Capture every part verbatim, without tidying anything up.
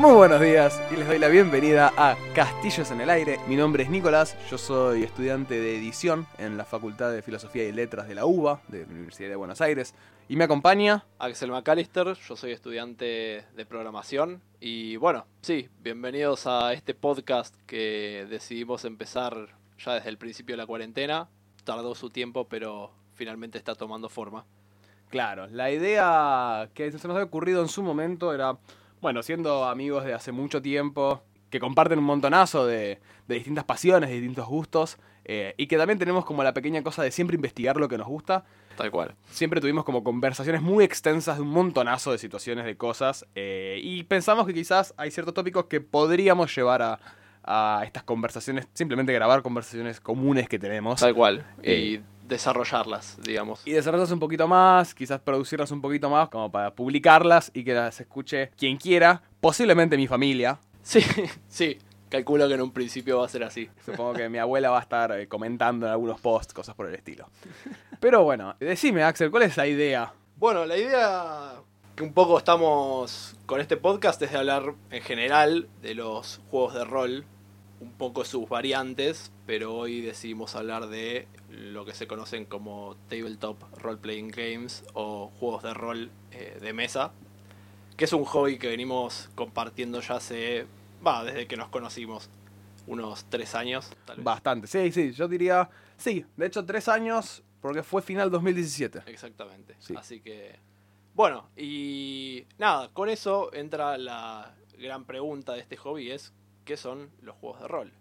Muy buenos días y les doy la bienvenida a Castillos en el Aire. Mi nombre es Nicolás, yo soy estudiante de edición en la Facultad de Filosofía y Letras de la U B A, de la Universidad de Buenos Aires. Y me acompaña Axel McAllister, yo soy estudiante de programación. Y bueno, sí, bienvenidos a este podcast que decidimos empezar ya desde el principio de la cuarentena. Tardó su tiempo, pero finalmente está tomando forma. Claro, la idea que se nos había ocurrido en su momento era, bueno, siendo amigos de hace mucho tiempo, que comparten un montonazo de, de distintas pasiones, de distintos gustos, eh, y que también tenemos como la pequeña cosa de siempre investigar lo que nos gusta. Tal cual. Siempre tuvimos como conversaciones muy extensas de un montonazo de situaciones, de cosas, eh, y pensamos que quizás hay ciertos tópicos que podríamos llevar a, a estas conversaciones, simplemente grabar conversaciones comunes que tenemos. Tal cual. Eh, y desarrollarlas, digamos. Y desarrollarlas un poquito más, quizás producirlas un poquito más, como para publicarlas y que las escuche quien quiera, posiblemente mi familia. Sí, sí, calculo que en un principio va a ser así. Supongo que mi abuela va a estar eh, comentando en algunos posts, cosas por el estilo. Pero bueno, decime, Axel, ¿cuál es la idea? Bueno, la idea que un poco estamos con este podcast es de hablar en general de los juegos de rol, un poco sus variantes, pero hoy decidimos hablar de lo que se conocen como tabletop role-playing games o juegos de rol eh, de mesa, que es un hobby que venimos compartiendo ya hace, va, desde que nos conocimos, unos tres años, tal vez. Bastante, sí, sí, yo diría, sí, de hecho tres años, porque fue final dos mil diecisiete. Exactamente, Sí. Así que, bueno, y nada, con eso entra la gran pregunta de este hobby, es ¿qué son los juegos de rol?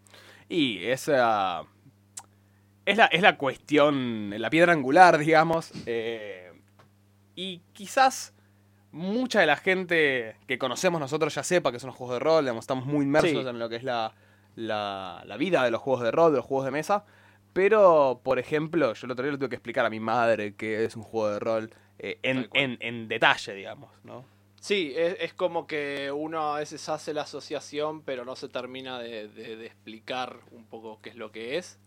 Y esa es la, es la cuestión, la piedra angular, digamos. Eh, y quizás mucha de la gente que conocemos nosotros ya sepa que son los juegos de rol, digamos, estamos muy inmersos Sí. en lo que es la, la, la vida de los juegos de rol, de los juegos de mesa. Pero, por ejemplo, yo el otro día le tuve que explicar a mi madre que es un juego de rol eh, en, Tal cual. en, en detalle, digamos, ¿no? Sí, es, es como que uno a veces hace la asociación, pero no se termina de, de- de explicar un poco qué es lo que es.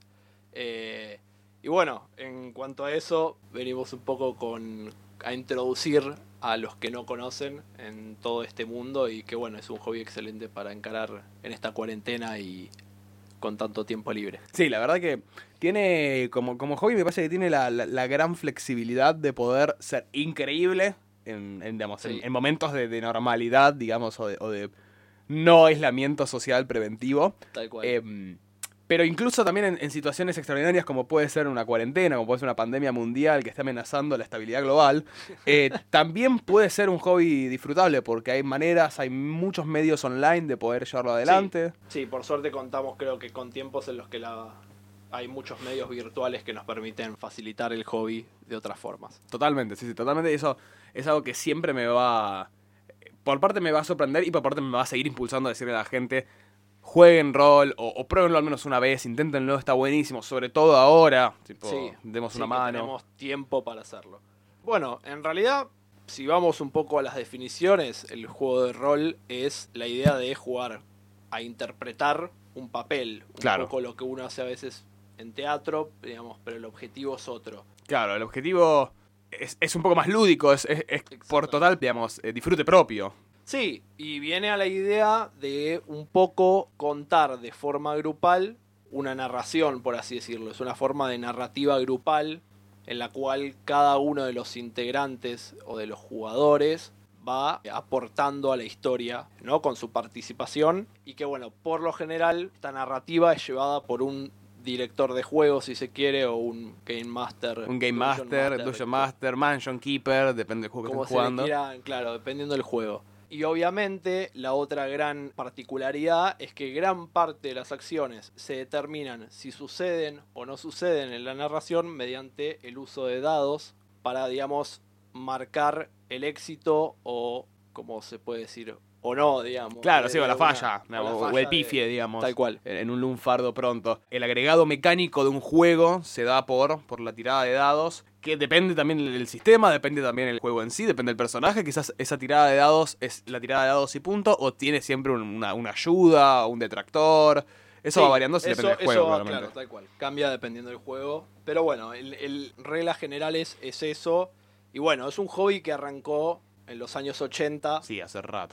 Eh, y bueno, en cuanto a eso, venimos un poco con a introducir a los que no conocen en todo este mundo y que bueno, es un hobby excelente para encarar en esta cuarentena y con tanto tiempo libre. Sí, la verdad que tiene, como, como hobby me parece que tiene la, la, la gran flexibilidad de poder ser increíble en, en, digamos, Sí. en, en momentos de, de normalidad, digamos, o de, o de no aislamiento social preventivo. Tal cual. Eh, pero incluso también en, en situaciones extraordinarias como puede ser una cuarentena, como puede ser una pandemia mundial que está amenazando la estabilidad global, eh, también puede ser un hobby disfrutable porque hay maneras, hay muchos medios online de poder llevarlo adelante. Sí, por suerte contamos creo que con tiempos en los que la... hay muchos medios virtuales que nos permiten facilitar el hobby de otras formas. Totalmente, sí, sí, totalmente. Y eso es algo que siempre me va... Por parte me va a sorprender y por parte me va a seguir impulsando a decirle a la gente: jueguen rol o, o pruébenlo al menos una vez, inténtenlo, está buenísimo, sobre todo ahora, tipo, Sí, demos sí, una que mano. tenemos tiempo para hacerlo. Bueno, en realidad, si vamos un poco a las definiciones, el juego de rol es la idea de jugar a interpretar un papel. Un Claro. poco lo que uno hace a veces en teatro, digamos, pero el objetivo es otro. Claro, el objetivo es, es un poco más lúdico, es, es- es por total, digamos, eh, disfrute propio. Sí, y viene a la idea de un poco contar de forma grupal una narración, por así decirlo. Es una forma de narrativa grupal en la cual cada uno de los integrantes o de los jugadores va aportando a la historia, ¿no? Con su participación. Y que bueno, por lo general, esta narrativa es llevada por un director de juego, si se quiere, o un Game Master. Un Game Dungeon Master, Dungeon Master, Mansion Keeper, depende del juego que como estén se le jugando. quiera, claro, dependiendo del juego. Y obviamente la otra gran particularidad es que gran parte de las acciones se determinan si suceden o no suceden en la narración mediante el uso de dados para, digamos, marcar el éxito o, como se puede decir, o no, digamos. Claro, de- sí, o de la una- falla, o la o, falla o el de- pifie, digamos. Tal cual. En, en un lunfardo pronto. El agregado mecánico de un juego se da por, por la tirada de dados, que depende también del sistema, depende también del juego en sí, depende del personaje. Quizás esa tirada de dados es la tirada de dados y punto, o tiene siempre un- una, una ayuda, o un detractor. Eso Sí, va variando si eso- depende del eso juego, va, claramente. claro, tal cual. Cambia dependiendo del juego. Pero bueno, el, el reglas generales es eso. Y bueno, es un hobby que arrancó en los años ochenta. Sí, hace rato.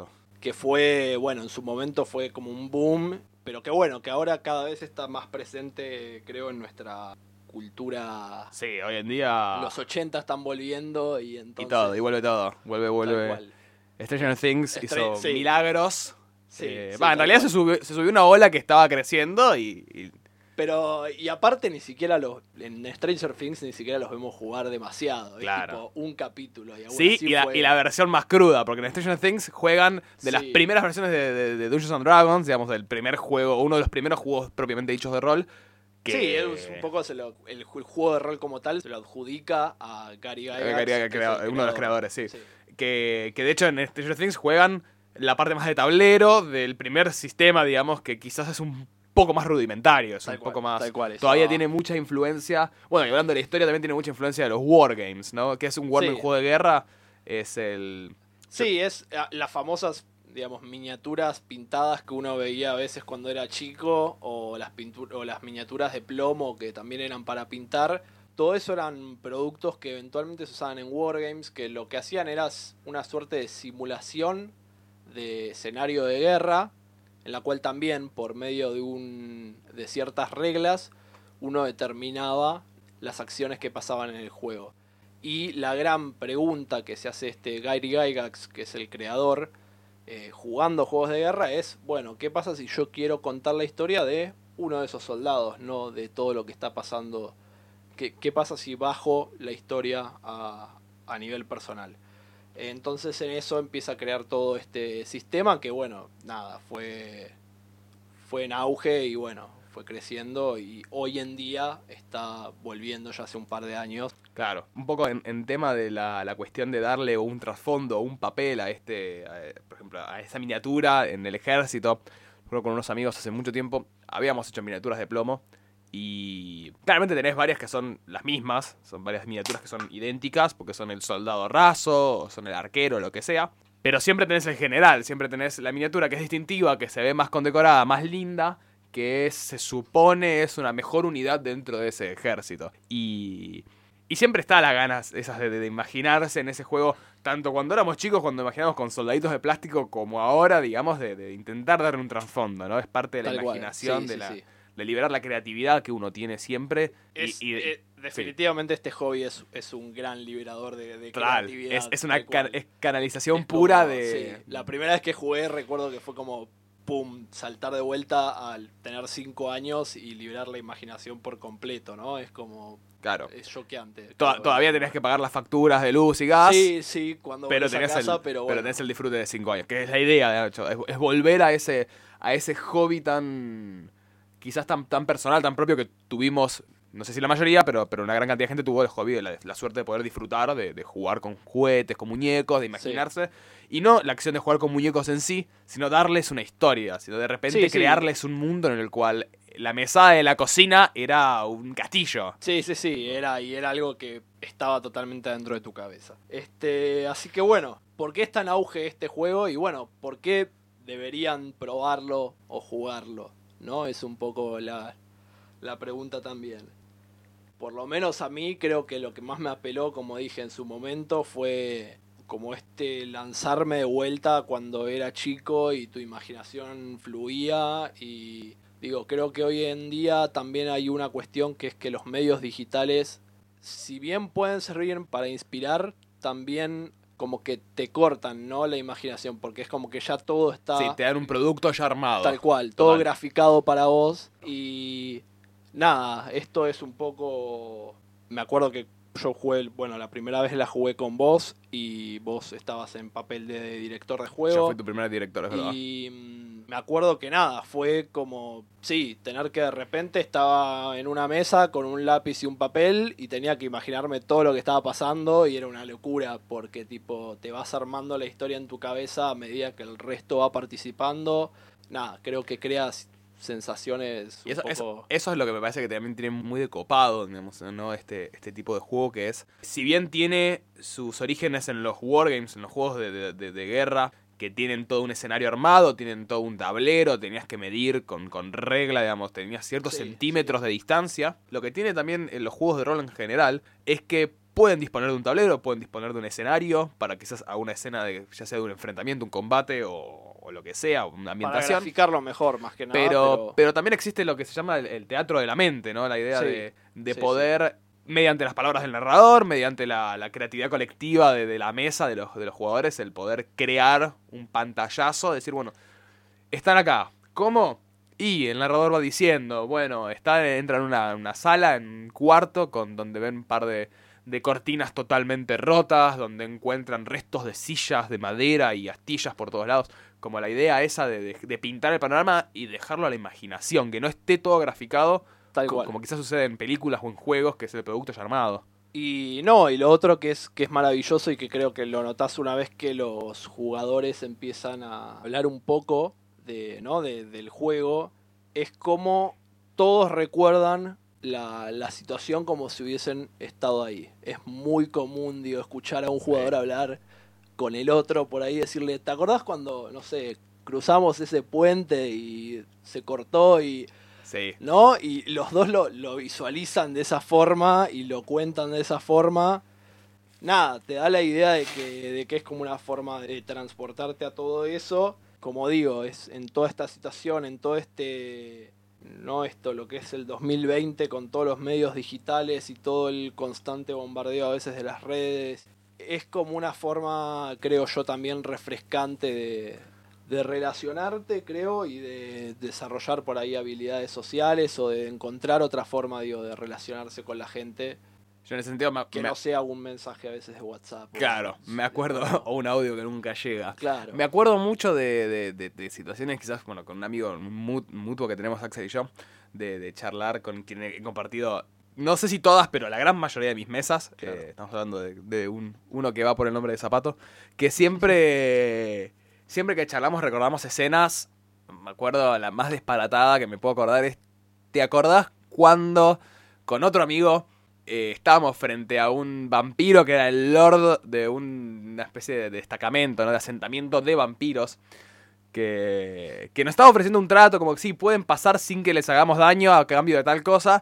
que fue, bueno, en su momento fue como un boom, pero que bueno, que ahora cada vez está más presente, creo, en nuestra cultura. Sí, hoy en día... Los ochenta están volviendo y entonces... Y todo, y vuelve todo. Vuelve, vuelve. Stranger Things Estre- hizo sí. milagros. Sí, Eh, sí, va, en tal realidad cual. se subió, se subió una ola que estaba creciendo y... y Pero, y aparte ni siquiera los, en Stranger Things ni siquiera los vemos jugar demasiado. Claro. Es tipo un capítulo. Y aún sí, así y la, fue- y la versión más cruda, porque en Stranger Things juegan de las Sí. primeras versiones de, de- de Dungeons and Dragons, digamos, del primer juego, uno de los primeros juegos propiamente dichos de rol. Que... Sí, es un poco se lo- el, ju- el juego de rol como tal se lo adjudica a Gary Gygax, Eh, Gary Gygax, que es el uno de los creador. creadores, sí. Que, que de hecho en Stranger Things juegan la parte más de tablero del primer sistema, digamos, que quizás es un poco más rudimentario, es Tal un cual, poco más... tal cual, eso todavía va. tiene mucha influencia... Bueno, y hablando de la historia, también tiene mucha influencia de los wargames, ¿no? Que es un wargame Sí. juego de guerra, es el... Sí, es eh, las famosas, digamos, miniaturas pintadas que uno veía a veces cuando era chico, o las, pintu- o las miniaturas de plomo que también eran para pintar. Todo eso eran productos que eventualmente se usaban en wargames, que lo que hacían era una suerte de simulación de escenario de guerra, en la cual también, por medio de, un, de ciertas reglas, uno determinaba las acciones que pasaban en el juego. Y la gran pregunta que se hace este Gary Gygax, que es el creador, eh, jugando juegos de guerra, es, bueno, ¿qué pasa si yo quiero contar la historia de uno de esos soldados, no de todo lo que está pasando? ¿Qué, qué pasa si bajo la historia a, a nivel personal? Entonces en eso empieza a crear todo este sistema que, bueno, nada, fue, fue en auge y bueno, fue creciendo y hoy en día está volviendo ya hace un par de años. Claro, un poco en, en tema de la, la cuestión de darle un trasfondo, un papel a este, a, por ejemplo, a esa miniatura en el ejército. Recuerdo con unos amigos hace mucho tiempo, habíamos hecho miniaturas de plomo y claramente tenés varias que son las mismas, son varias miniaturas que son idénticas porque son el soldado raso, o son el arquero, lo que sea. Pero siempre tenés el general, siempre tenés la miniatura que es distintiva, que se ve más condecorada, más linda, que es, se supone es una mejor unidad dentro de ese ejército. Y, y siempre está las ganas esas de, de imaginarse en ese juego, tanto cuando éramos chicos, cuando imaginamos con soldaditos de plástico, como ahora, digamos, de, de intentar darle un trasfondo, ¿no? Es parte de la Tal cual. imaginación, Sí, de, sí, la, sí. de liberar la creatividad que uno tiene siempre. Es, y, y- eh, definitivamente este hobby es, es un gran liberador de, de total, creatividad. es, es una tal cual. ca- es canalización Es como, pura de... sí, la primera vez que jugué recuerdo que fue como, pum, saltar de vuelta al tener cinco años y liberar la imaginación por completo, ¿no? Es como, Claro. es choqueante. To- Pero- todavía tenés que pagar las facturas de luz y gas. Sí, sí, cuando pero volvés a tenés, casa, el, pero pero bueno. tenés el disfrute de cinco años, que es la idea, de hecho, es, es volver a ese, a ese hobby tan, quizás tan, tan personal, tan propio que tuvimos, no sé si la mayoría, pero, pero una gran cantidad de gente tuvo el hobby, de la, la suerte de poder disfrutar, de, de jugar con juguetes, con muñecos, de imaginarse, y no la acción de jugar con muñecos en sí, sino darles una historia, sino de repente Sí, sí. crearles un mundo en el cual la mesada de la cocina era un castillo. Sí, sí, sí, era, y era algo que estaba totalmente dentro de tu cabeza. Este, así que bueno, ¿por qué está en auge este juego? Y bueno, ¿por qué deberían probarlo o jugarlo? ¿No? Es un poco la, la pregunta también. Por lo menos a mí creo que lo que más me apeló, como dije en su momento, fue como este lanzarme de vuelta cuando era chico y tu imaginación fluía y digo, creo que hoy en día también hay una cuestión que es que los medios digitales, si bien pueden servir para inspirar, también como que te cortan, ¿no? La imaginación, porque es como que ya todo está Sí, te dan un producto ya armado. tal cual, todo Total. graficado para vos y nada, esto es un poco, me acuerdo que yo jugué, bueno, la primera vez la jugué con vos y vos estabas en papel de director de Yo juego. fui tu primer director, es verdad. Y mm, me acuerdo que nada, fue como, sí, tener que de repente estaba en una mesa con un lápiz y un papel y tenía que imaginarme todo lo que estaba pasando y era una locura porque tipo te vas armando la historia en tu cabeza a medida que el resto va participando. Nada, creo que creas sensaciones un Y eso, poco... eso, eso es lo que me parece que también tiene muy de copado, digamos, ¿no? Este, este tipo de juego que es, si bien tiene sus orígenes en los wargames, en los juegos de, de, de, de guerra, que tienen todo un escenario armado, tienen todo un tablero, tenías que medir con, con regla, digamos, tenías ciertos Sí, centímetros de distancia. Lo que tiene también en los juegos de rol en general es que pueden disponer de un tablero, pueden disponer de un escenario para quizás a una escena de, ya sea de un enfrentamiento, un combate o, o lo que sea, una ambientación. Para graficarlo mejor, más que nada. Pero, Pero, pero también existe lo que se llama el, el teatro de la mente, ¿no? La idea Sí, de, de sí, poder, mediante las palabras del narrador, mediante la, la creatividad colectiva de, de la mesa, de los, de los jugadores, el poder crear un pantallazo, decir, bueno, están acá. ¿Cómo? Y el narrador va diciendo, bueno, está, entra en una, una sala, en un cuarto, con, donde ven un par de, de cortinas totalmente rotas, donde encuentran restos de sillas de madera y astillas por todos lados. Como la idea esa de, de, de pintar el panorama y dejarlo a la imaginación, que no esté todo graficado, Tal co- cual. como quizás sucede en películas o en juegos, que es el producto ya armado. Y no, y lo otro que es, que es maravilloso y que creo que lo notás una vez que los jugadores empiezan a hablar un poco de, ¿no? de, del juego, es como todos recuerdan la, la situación como si hubiesen estado ahí. Es muy común, digo, escuchar a un jugador Sí. hablar con el otro por ahí, decirle, ¿te acordás cuando, no sé, cruzamos ese puente y se cortó y... Sí. ¿no? Y los dos lo, lo visualizan de esa forma y lo cuentan de esa forma. Nada, te da la idea de que, de que es como una forma de transportarte a todo eso. Como digo, es en toda esta situación, en todo este... No esto, lo que es el dos mil veinte con todos los medios digitales y todo el constante bombardeo a veces de las redes. Es como una forma, creo yo, también refrescante de, de relacionarte, creo, y de desarrollar por ahí habilidades sociales o de encontrar otra forma, digo, de relacionarse con la gente Yo en ese sentido me, que me- no sea un mensaje a veces de WhatsApp. o- claro, me acuerdo, o un audio que nunca llega. Claro. Me acuerdo mucho de, de- de- de situaciones, quizás, bueno, con un amigo mu- mutuo que tenemos, Axel y yo, de, de charlar con quien he compartido, no sé si todas, pero la gran mayoría de mis mesas. Claro. Eh, estamos hablando de, de un, uno que va por el nombre de Zapato, que siempre, siempre que charlamos recordamos escenas. Me acuerdo, la más disparatada que me puedo acordar es, ¿te acordás cuando con otro amigo eh, estábamos frente a un vampiro que era el lord de un- una especie de destacamento, ¿no? De asentamiento de vampiros, que, que nos estaba ofreciendo un trato como que sí, pueden pasar sin que les hagamos daño a cambio de tal cosa?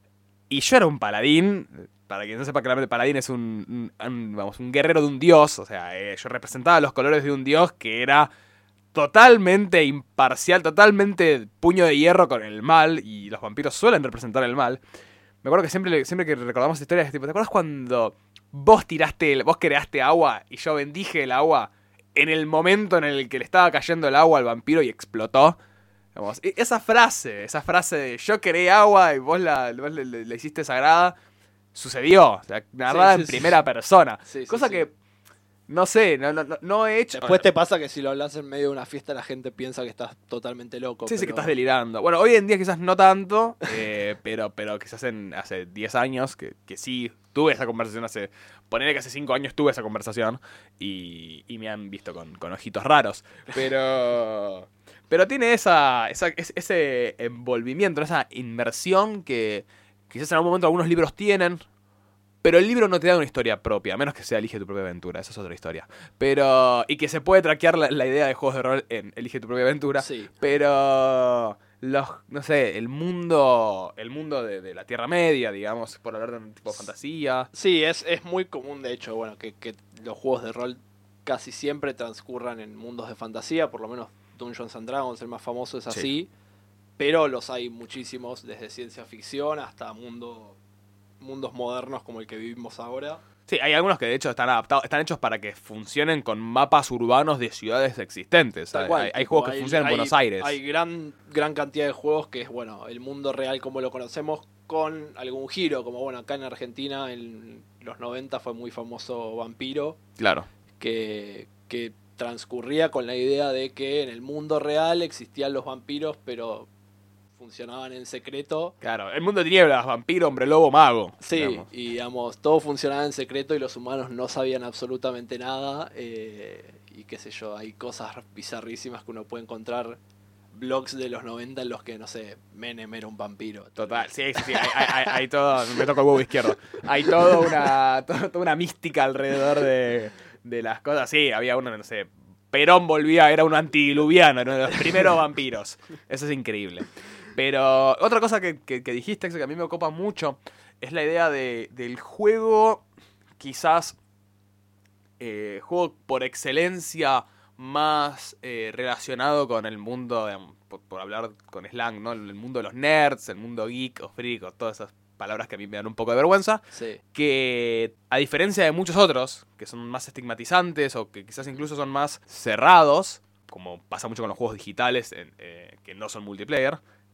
Y yo era un paladín. Para quien no sepa, claramente paladín es un, un- un, vamos, un guerrero de un dios. O sea, eh, yo representaba los colores de un dios que era totalmente imparcial, totalmente puño de hierro con el mal. Y los vampiros suelen representar el mal. Me acuerdo que siempre, siempre que recordamos historias de tipo, ¿te acuerdas cuando vos tiraste, el- vos creaste agua y yo bendije el agua en el momento en el que le estaba cayendo el agua al vampiro y explotó? Vamos, e- esa frase, esa frase de yo creé agua y vos la, vos le, le- le hiciste sagrada, sucedió, o sea, narrada Sí, sí, en sí. primera persona. Sí, sí, cosa sí. que, no sé, no, no, no- no he hecho... Después te pasa que si lo hablas en medio de una fiesta la gente piensa que estás totalmente loco. Sí, sí, que pero- estás delirando. Bueno, hoy en día quizás no tanto, eh, pero, pero quizás en, hace diez años, que, que sí tuve esa conversación hace... Ponele que hace cinco años tuve esa conversación y, y me han visto con, con ojitos raros. Pero... Pero tiene esa, esa- es- ese envolvimiento, esa inmersión que quizás en algún momento algunos libros tienen. Pero el libro no te da una historia propia, a menos que sea Elige tu propia aventura, esa es otra historia. Pero. Y que se puede traquear la, la idea de juegos de rol en Elige tu propia aventura. Sí. Pero. Los. No sé, el mundo. El mundo de, de la Tierra Media, digamos, por hablar de un tipo de fantasía. Sí, es, es muy común, de hecho, bueno, que, que los juegos de rol casi siempre transcurran en mundos de fantasía, por lo menos Dungeons and Dragons, el más famoso, es así. Sí. Pero los hay muchísimos, desde ciencia ficción hasta mundo, mundos modernos como el que vivimos ahora. Sí, hay algunos que de hecho están adaptados, están hechos para que funcionen con mapas urbanos de ciudades existentes. Tal Hay, cual, hay- hay tipo, juegos que hay- funcionan en hay- Buenos Aires. Hay gran, gran cantidad de juegos que es, bueno, el mundo real como lo conocemos con algún giro, como bueno, acá en Argentina en los noventa fue muy famoso Vampiro, Claro. que, que transcurría con la idea de que en el mundo real existían los vampiros, pero funcionaban en secreto. Claro, el mundo de tinieblas, vampiro, hombre lobo, mago. Sí, digamos. y digamos, todo funcionaba en secreto y los humanos no sabían absolutamente nada. eh, y qué sé yo, hay cosas bizarrísimas que uno puede encontrar. Blogs de los noventa en los que, no sé, Menem era un vampiro. Total, sí, sí, sí, hay, hay- hay- hay todo, me toco el huevo izquierdo. Hay toda una, to- toda una mística alrededor de, de las cosas. Sí, había uno, no sé, Perón volvía, era un antidiluviano, era uno de los primeros vampiros. Eso es increíble. Pero otra cosa que, que- que dijiste, que a mí me ocupa mucho, es la idea de, del juego quizás eh, juego por excelencia más eh, relacionado con el mundo, de, por, por hablar con slang, ¿no? El mundo de los nerds, el mundo geek o freak, o todas esas palabras que a mí me dan un poco de vergüenza. Sí. Que a diferencia de muchos otros, que son más estigmatizantes o que quizás incluso son más cerrados, como pasa mucho con los juegos digitales en, eh, que no son multiplayer,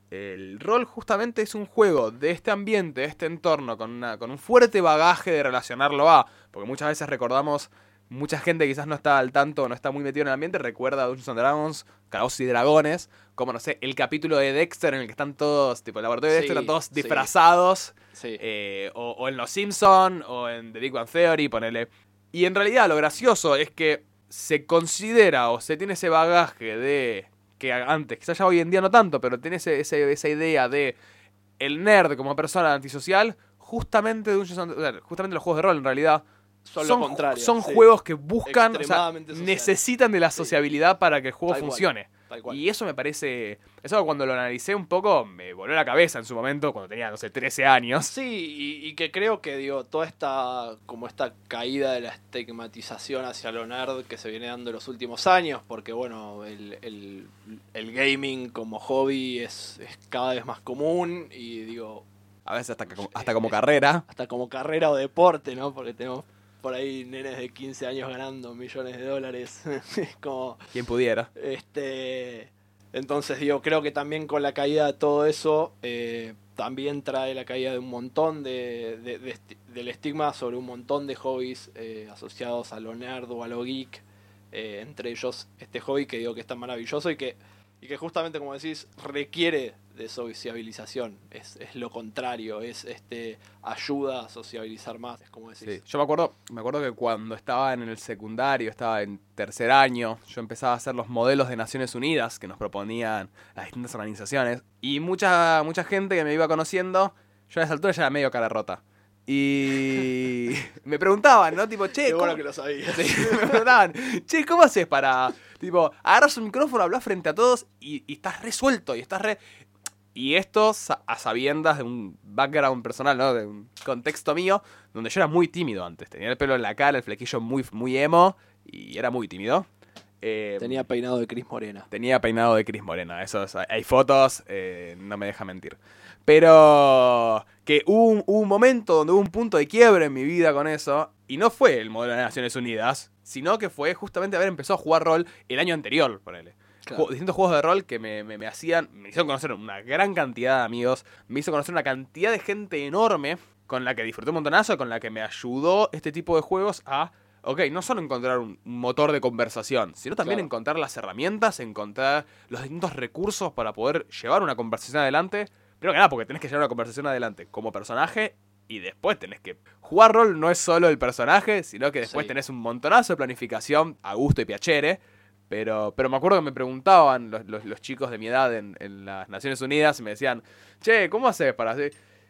el rol justamente es un juego de este ambiente, de este entorno, con, una, con un fuerte bagaje de relacionarlo a, porque muchas veces recordamos, mucha gente quizás no está al tanto o no está muy metido en el ambiente, recuerda Dungeons and Dragons, Calabozos y Dragones, como no sé, el capítulo de Dexter en el que están todos, tipo el laboratorio de Sí, Dexter, están todos sí. disfrazados, Sí. eh, o, o en Los Simpson o en The Big Bang Theory, ponele. Y en realidad lo gracioso es que se considera o se tiene ese bagaje de... que antes, quizás ya hoy en día no tanto, pero tiene ese, ese, esa idea de el nerd como persona antisocial, justamente, Dungeons and- justamente los juegos de rol en realidad Son lo contrario, son sí. juegos que buscan, o sea, Extremadamente sociales. necesitan de la Sí. sociabilidad para que el juego Tal cual, funcione. tal cual. Y eso me parece, eso cuando lo analicé un poco me voló la cabeza en su momento cuando tenía, no sé, trece años. Sí, y, y que creo que digo, toda esta, como esta caída de la estigmatización hacia lo nerd que se viene dando en los últimos años, porque bueno, el, el, el gaming como hobby es, es cada vez más común y digo, A veces hasta, como- hasta como carrera. hasta como carrera o deporte, ¿no? Porque tenemos por ahí nenes de quince años ganando millones de dólares, es como... Quien pudiera. Este, entonces digo, creo que también con la caída de todo eso, eh, también trae la caída de un montón de, de- de esti- del estigma sobre un montón de hobbies eh, asociados a lo nerd o a lo geek, eh, entre ellos este hobby que digo que es tan maravilloso y que, y que justamente como decís requiere de sociabilización, es, es lo contrario, es este ayuda a sociabilizar más, es como decís. Sí. Yo me acuerdo, me acuerdo que cuando estaba en el secundario, estaba en tercer año, yo empezaba a hacer los modelos de Naciones Unidas que nos proponían las distintas organizaciones. Y mucha, mucha gente que me iba conociendo, yo a esa altura ya era medio cara rota. Y me preguntaban, ¿no? Tipo, che, Qué ¿cómo... bueno que lo sabías. Sí, me preguntaban, che, ¿cómo haces para, tipo, agarras un micrófono, hablas frente a todos y, y estás resuelto y estás re... Y esto sa- a sabiendas de un background personal, ¿no? De un contexto mío, donde yo era muy tímido antes. Tenía el pelo en la cara, el flequillo muy, muy emo y era muy tímido. Eh, Tenía peinado de Cris Morena. Tenía peinado de Cris Morena. Eso es- hay fotos, eh, no me deja mentir. Pero que hubo un, hubo un momento donde hubo un punto de quiebre en mi vida con eso. Y no fue el modelo de Naciones Unidas, sino que fue justamente haber empezado a jugar rol el año anterior, ponele. Claro. Ju- distintos juegos de rol que me, me, me hacían, me hicieron conocer una gran cantidad de amigos, me hizo conocer una cantidad de gente enorme con la que disfruté un montonazo, con la que me ayudó este tipo de juegos a, ok, no solo encontrar un un motor de conversación, sino también Claro. encontrar las herramientas, encontrar los distintos recursos para poder llevar una conversación adelante. Primero que nada, porque tenés que llevar una conversación adelante como personaje y después tenés que... Jugar rol no es solo el personaje, sino que después Sí. tenés un montonazo de planificación a gusto y piacere. Pero, pero me acuerdo que me preguntaban los, los, los chicos de mi edad en, en las Naciones Unidas y me decían, che, ¿cómo haces para hacer?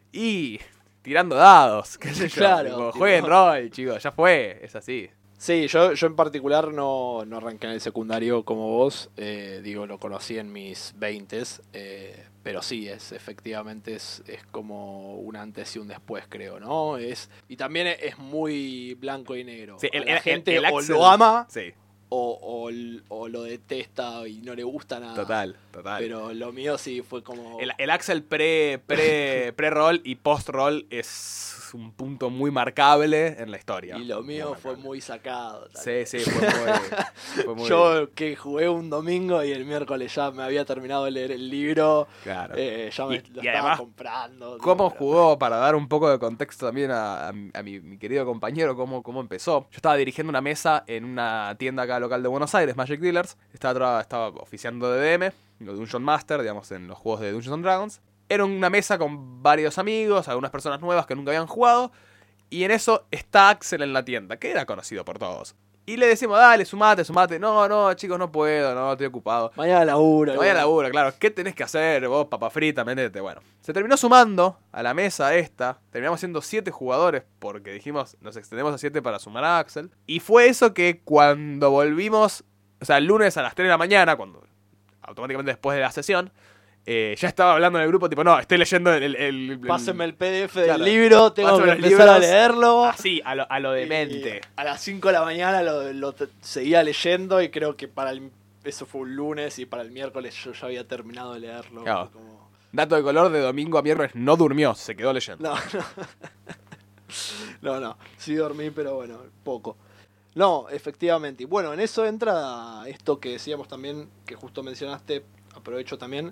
Y tirando dados, qué sé yo. Claro, Tipo, tipo- jueguen rol, chicos, ya fue, es así. Sí, yo, yo en particular no, no arranqué en el secundario como vos, eh, digo, lo conocí en mis veintes, eh, pero sí, es efectivamente es, es como un antes y un después, creo, ¿no? Es, y también es muy blanco y negro. Sí, A el- la el- gente el o Axel- lo ama Sí, o, o, o lo detesta y no le gusta nada. total, total. Pero lo mío sí fue como... El, el Axel pre, pre, pre-roll y post-roll es un punto muy marcable en la historia. y lo Muy mío fue marcable. muy sacado. tal Sí, vez. sí, fue muy... fue muy- Yo que jugué un domingo y el miércoles ya me había terminado de leer el libro, Claro. eh, ya me Y- lo y estaba además, comprando. ¿Cómo tío, jugó, para dar un poco de contexto también a, a mi, a mi- mi querido compañero, cómo, cómo empezó? Yo estaba dirigiendo una mesa en una tienda acá local de Buenos Aires, Magic Dealers. Estaba, tra- estaba oficiando de D M, de Dungeon Master, digamos, en los juegos de Dungeons and Dragons. Era una mesa con varios amigos, algunas personas nuevas que nunca habían jugado. Y en eso está Axel en la tienda, que era conocido por todos. Y le decimos, dale, sumate, sumate. No, no, chicos, no puedo, no, estoy ocupado. Mañana laburo. Te vaya a bueno. laburo, claro. ¿Qué tenés que hacer vos, papa frita? Métete. Bueno, se terminó sumando a la mesa esta. Terminamos siendo siete jugadores porque dijimos, nos extendemos a siete para sumar a Axel. Y fue eso que cuando volvimos, o sea, el lunes a las tres de la mañana, cuando automáticamente después de la sesión, eh, ya estaba hablando en el grupo, tipo, no, estoy leyendo el... el, el, el Pásenme el P D F claro, del libro, tengo pásenme que los empezar a libros, leerlo. Así, a lo, a lo demente. Y a las cinco de la mañana lo, lo t- seguía leyendo y creo que para el, eso fue un lunes y para el miércoles yo ya había terminado de leerlo. Claro. Como... Dato de color, de domingo a miércoles no durmió, se quedó leyendo. No, no. No, no. Sí dormí, pero bueno, poco. No, efectivamente. Y bueno, en eso entra esto que decíamos también, que justo mencionaste, aprovecho también,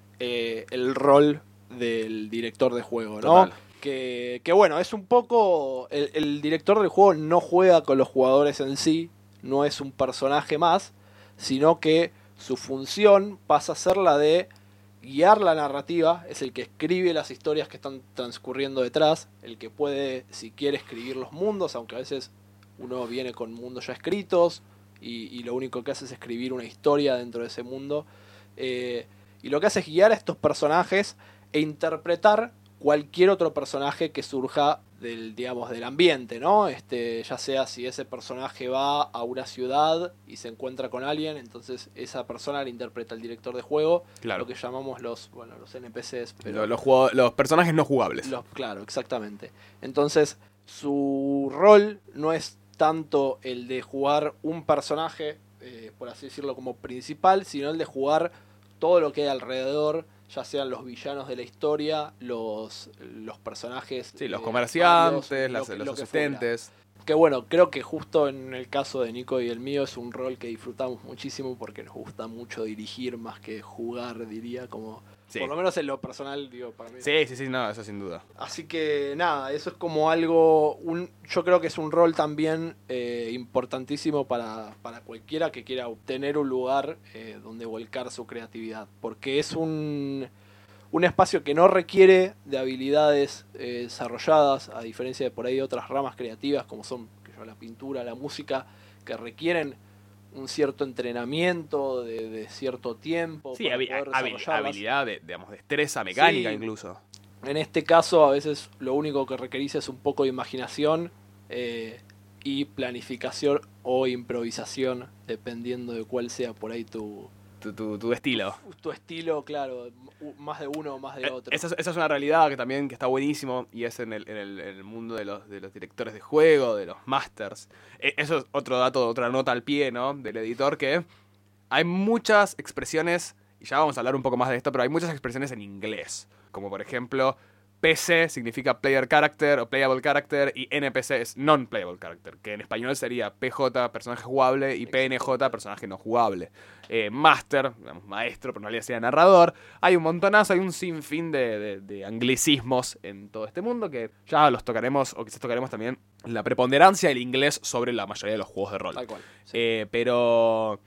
eh, el rol del director de juego, ¿no? Total. Que, que bueno, es un poco... El, el director del juego no juega con los jugadores en sí, no es un personaje más, sino que su función pasa a ser la de guiar la narrativa, es el que escribe las historias que están transcurriendo detrás, el que puede, si quiere, escribir los mundos, aunque a veces uno viene con mundos ya escritos y, y lo único que hace es escribir una historia dentro de ese mundo. Eh, y lo que hace es guiar a estos personajes e interpretar cualquier otro personaje que surja del, digamos, del ambiente, ¿no? Este, ya sea si ese personaje va a una ciudad y se encuentra con alguien, entonces esa persona la interpreta el director de juego, Claro. lo que llamamos los, bueno, los N P Cs, pero Los, los, jugado- los personajes no jugables. los, claro, exactamente. Entonces, su rol no es tanto el de jugar un personaje, eh, por así decirlo, como principal, sino el de jugar todo lo que hay alrededor, ya sean los villanos de la historia, los, los personajes... Sí, los eh, comerciantes, varios, las- lo que- los lo que fuera. asistentes. Que bueno, creo que justo en el caso de Nico y el mío es un rol que disfrutamos muchísimo porque nos gusta mucho dirigir más que jugar, diría, como... Sí. Por lo menos en lo personal, digo, para mí. Sí, sí, sí, no, eso sin duda. Así que nada, eso es como algo, un, yo creo que es un rol también eh, importantísimo para, para cualquiera que quiera obtener un lugar eh, donde volcar su creatividad, porque es un, un espacio que no requiere de habilidades eh, desarrolladas, a diferencia de por ahí otras ramas creativas como son que yo, la pintura, la música, que requieren un cierto entrenamiento de, de cierto tiempo Sí, para habi- poder habi- desarrollarlas. habilidad, de, digamos, destreza mecánica Sí. incluso. En este caso, a veces lo único que requerís es un poco de imaginación eh, y planificación o improvisación, dependiendo de cuál sea por ahí tu, Tu, tu, tu estilo. tu estilo, claro, u- más de uno o más de Eh, otro. Esa, es- esa es una realidad que también que está buenísimo y es en el, en el, en el mundo de los, de los directores de juego, de los masters. Eh, eso es otro dato, otra nota al pie, ¿no? Del editor, que hay muchas expresiones, y ya vamos a hablar un poco más de esto, pero hay muchas expresiones en inglés. Como por ejemplo, P C significa Player Character o Playable Character y N P C es Non-Playable Character, que en español sería P J, personaje jugable, y P N J, personaje no jugable. Eh, master, digamos, maestro, pero en realidad sería narrador. Hay un montonazo, hay un sinfín de, de, de anglicismos en todo este mundo que ya los tocaremos, o quizás tocaremos también la preponderancia del inglés sobre la mayoría de los juegos de rol. Tal cual. Sí. Eh, pero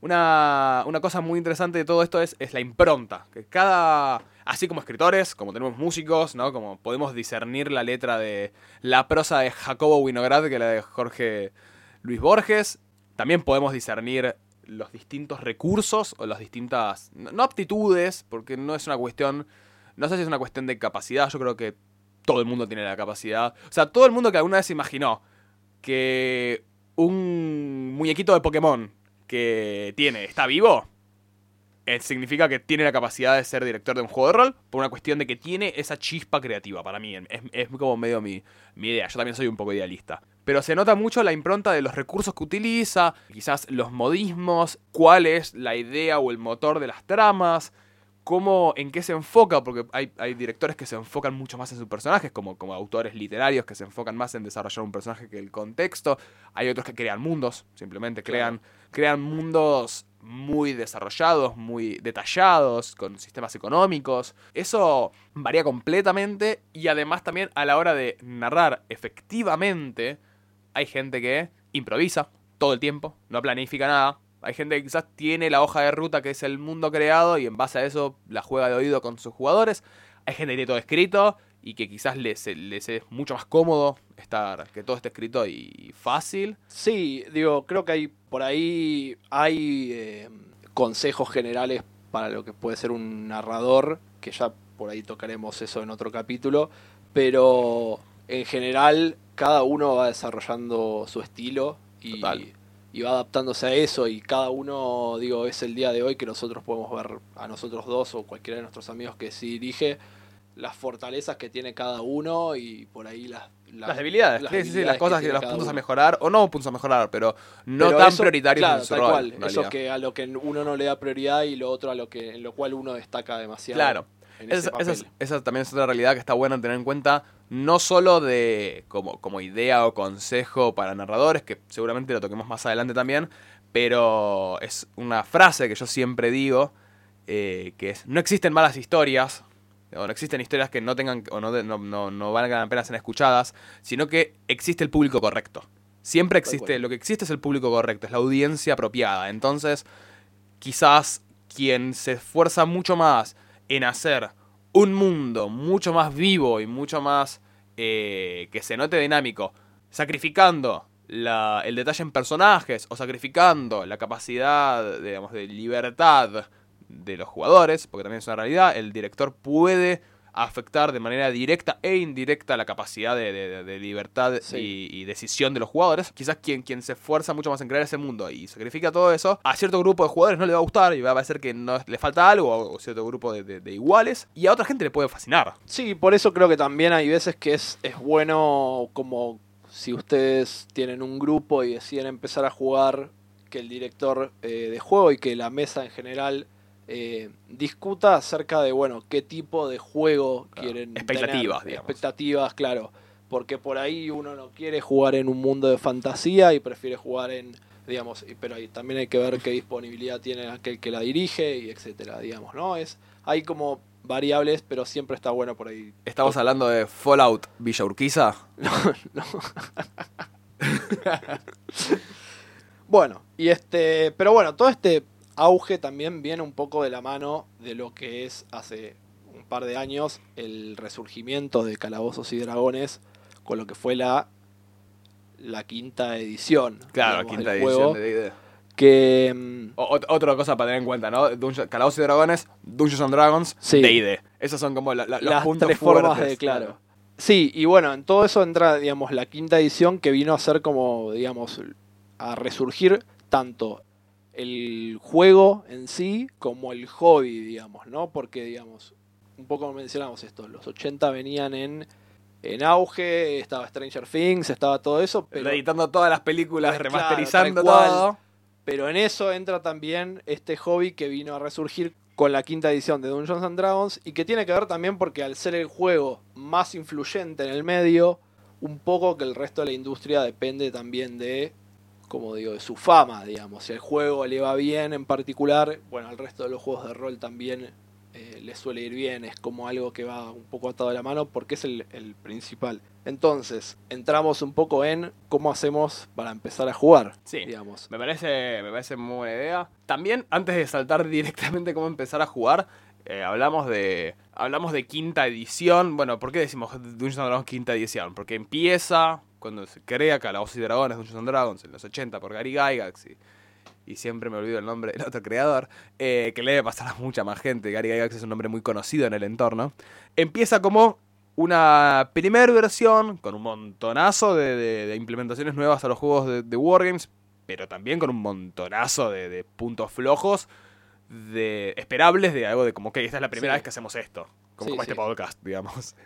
una, una cosa muy interesante de todo esto es, es la impronta. Que cada. Así como escritores, como tenemos músicos, ¿no? Como podemos discernir la letra de la prosa de Jacobo Winograd que la de Jorge Luis Borges. También podemos discernir los distintos recursos o las distintas. No, no aptitudes, porque no es una cuestión. No sé si es una cuestión de capacidad. Yo creo que todo el mundo tiene la capacidad. O sea, todo el mundo que alguna vez imaginó que un muñequito de Pokémon que tiene está vivo, eh, significa que tiene la capacidad de ser director de un juego de rol por una cuestión de que tiene esa chispa creativa. Para mí es, es como medio mi, mi idea. Yo también soy un poco idealista. Pero se nota mucho la impronta de los recursos que utiliza, quizás los modismos, cuál es la idea o el motor de las tramas, cómo, en qué se enfoca, porque hay, hay directores que se enfocan mucho más en sus personajes, como, como autores literarios que se enfocan más en desarrollar un personaje que el contexto. Hay otros que crean mundos, simplemente crean, crean mundos muy desarrollados, muy detallados, con sistemas económicos. Eso varía completamente y además también a la hora de narrar efectivamente hay gente que improvisa todo el tiempo, no planifica nada. Hay gente que quizás tiene la hoja de ruta que es el mundo creado y en base a eso la juega de oído con sus jugadores. Hay gente que tiene todo escrito y que quizás les, les es mucho más cómodo estar que todo esté escrito y fácil. Sí, digo, creo que hay por ahí hay eh, consejos generales para lo que puede ser un narrador, que ya por ahí tocaremos eso en otro capítulo, pero en general cada uno va desarrollando su estilo y, Total. y va adaptándose a eso, y cada uno, digo, es el día de hoy que nosotros podemos ver a nosotros dos o cualquiera de nuestros amigos que sí dirige las fortalezas que tiene cada uno y por ahí las las, las debilidades, las, sí, debilidades sí, las cosas que, que los puntos uno. a mejorar o no puntos a mejorar, pero no pero tan eso, prioritarios claro, en su tal rol, cual, en eso realidad. que a lo que uno no le da prioridad y lo otro a lo que en lo cual uno destaca demasiado. Claro. En ese esa, papel. esa, esa también es otra realidad que está buena tener en cuenta, no solo de como, como idea o consejo para narradores, que seguramente lo toquemos más adelante también, pero es una frase que yo siempre digo, eh, que es, no existen malas historias, o no existen historias que no tengan o no, no, no, no valgan la pena ser escuchadas, sino que existe el público correcto. Siempre existe, lo que existe es el público correcto, es la audiencia apropiada. Entonces, quizás quien se esfuerza mucho más en hacer un mundo mucho más vivo y mucho más eh, que se note dinámico, sacrificando la, el detalle en personajes o sacrificando la capacidad, digamos, de libertad de los jugadores, porque también es una realidad, el director puede afectar de manera directa e indirecta la capacidad de, de, de libertad sí. y, y decisión de los jugadores. Quizás quien, quien se esfuerza mucho más en crear ese mundo y sacrifica todo eso, a cierto grupo de jugadores no le va a gustar y va a parecer que no, le falta algo, o cierto grupo de, de, de iguales, y a otra gente le puede fascinar. Sí, por eso creo que también hay veces que es, es bueno, como si ustedes tienen un grupo y deciden empezar a jugar, que el director eh, de juego y que la mesa en general Eh, discuta acerca de, bueno, qué tipo de juego claro. quieren expectativas, tener. digamos. Expectativas, claro. Porque por ahí uno no quiere jugar en un mundo de fantasía y prefiere jugar en, digamos, pero ahí también hay que ver qué disponibilidad tiene aquel que la dirige y etcétera, digamos, ¿no? Es, hay como variables, pero siempre está bueno por ahí. ¿Estamos hablando de Fallout Villa Urquiza? No, no. Bueno, y este, pero bueno, todo este auge también viene un poco de la mano de lo que es hace un par de años el resurgimiento de Calabozos y Dragones con lo que fue la la quinta edición. Claro, digamos, quinta del edición juego, de D and D. Que o, otra cosa para tener en cuenta, ¿no? Dungeon, Calabozos y Dragones, Dungeons and Dragons, sí. D and D. Esos son como la, la, los las puntos tres fuertes, formas de, claro. claro. Sí, y bueno, en todo eso entra, digamos, la quinta edición que vino a ser como, digamos, a resurgir tanto el juego en sí como el hobby, digamos, ¿no? Porque, digamos, un poco mencionamos esto, los ochenta venían en, en auge, estaba Stranger Things, estaba todo eso, pero editando todas las películas, claro, remasterizando cual, todo. Pero en eso entra también este hobby que vino a resurgir con la quinta edición de Dungeons and Dragons y que tiene que ver también porque al ser el juego más influyente en el medio, un poco que el resto de la industria depende también de, como digo, de su fama, digamos. Si el juego le va bien en particular, bueno, al resto de los juegos de rol también eh, les suele ir bien. Es como algo que va un poco atado de la mano porque es el, el principal. Entonces, entramos un poco en cómo hacemos para empezar a jugar, sí, digamos. Me parece, me parece muy buena idea. También, antes de saltar directamente cómo empezar a jugar, eh, hablamos de hablamos de quinta edición. Bueno, ¿por qué decimos Dungeons and Dragons quinta edición? Porque empieza cuando se crea Calabozos y Dragones, Dungeons and Dragons, en los ochenta por Gary Gygax y, y siempre me olvido el nombre del otro creador, eh, que le debe pasar a mucha más gente. Gary Gygax es un nombre muy conocido en el entorno. Empieza como una primera versión con un montonazo de, de, de implementaciones nuevas a los juegos de, de Wargames, pero también con un montonazo de, de puntos flojos de esperables de algo de como que esta es la primera sí. vez que hacemos esto. Como, sí, como sí. este podcast, digamos.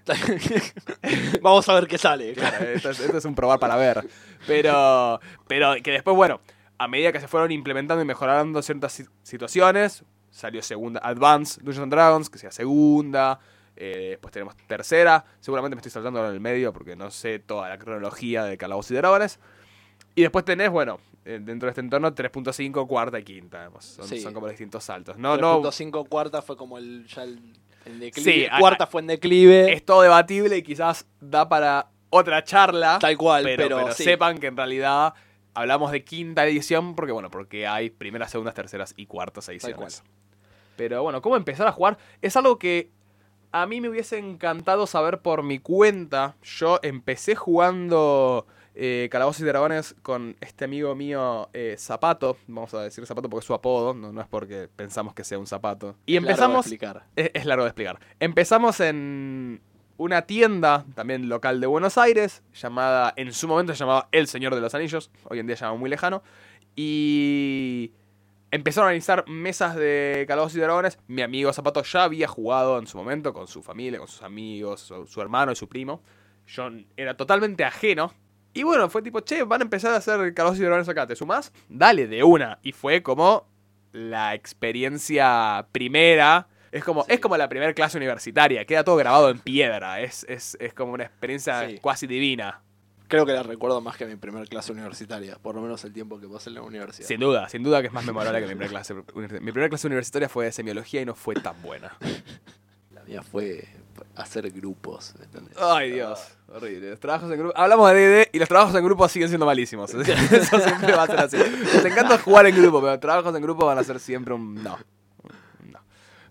Vamos a ver qué sale. Claro, esto, es, esto es un probar para ver. Pero, pero que después, bueno, a medida que se fueron implementando y mejorando ciertas situaciones, salió segunda Advanced Dungeons and Dragons, que sea segunda. Eh, después tenemos tercera. Seguramente me estoy saltando en el medio porque no sé toda la cronología de Calabozos y Dragones. Y después tenés, bueno, eh, dentro de este entorno, tres punto cinco, cuarta y quinta. Digamos. Son, sí. son como distintos saltos. No, tres punto cinco, no... cuarta fue como el, ya el, el declive. Sí, cuarta a, fue en declive. Es todo debatible y quizás da para otra charla. Tal cual, pero, pero, pero sí. sepan que en realidad hablamos de quinta edición porque, bueno, porque hay primeras, segundas, terceras y cuartas ediciones. Pero bueno, ¿cómo empezar a jugar? Es algo que a mí me hubiese encantado saber por mi cuenta. Yo empecé jugando eh, Calabozos y Dragones con este amigo mío, eh, Zapato. Vamos a decir Zapato porque es su apodo, no, no es porque pensamos que sea un zapato. Y es empezamos... Largo de explicar. Es, es largo de explicar. Empezamos en una tienda, también local de Buenos Aires, llamada, en su momento se llamaba El Señor de los Anillos, hoy en día se llama muy lejano. Y empezaron a organizar mesas de Calabozos y Dragones. Mi amigo Zapato ya había jugado en su momento con su familia, con sus amigos, su, su hermano y su primo. Yo era totalmente ajeno. Y bueno, fue tipo, che, van a empezar a hacer Calabozos y Dragones acá, ¿te sumás? Dale, de una. Y fue como la experiencia primera. Es como, sí. es como la primera clase universitaria. Queda todo grabado en piedra. Es, es, es como una experiencia sí. cuasi divina. Creo que la recuerdo más que mi primera clase universitaria. Por lo menos el tiempo que pasé en la universidad. Sin duda, sin duda que es más memorable que mi primera clase universitaria. Mi primera clase universitaria fue de semiología y no fue tan buena. La mía fue hacer grupos. ¿Entendés? Ay, Dios. Horrible. Los trabajos en grupo. Hablamos de D D y los trabajos en grupo siguen siendo malísimos. Eso siempre va a ser así. Nos encanta jugar en grupo, pero los trabajos en grupo van a ser siempre un no. No.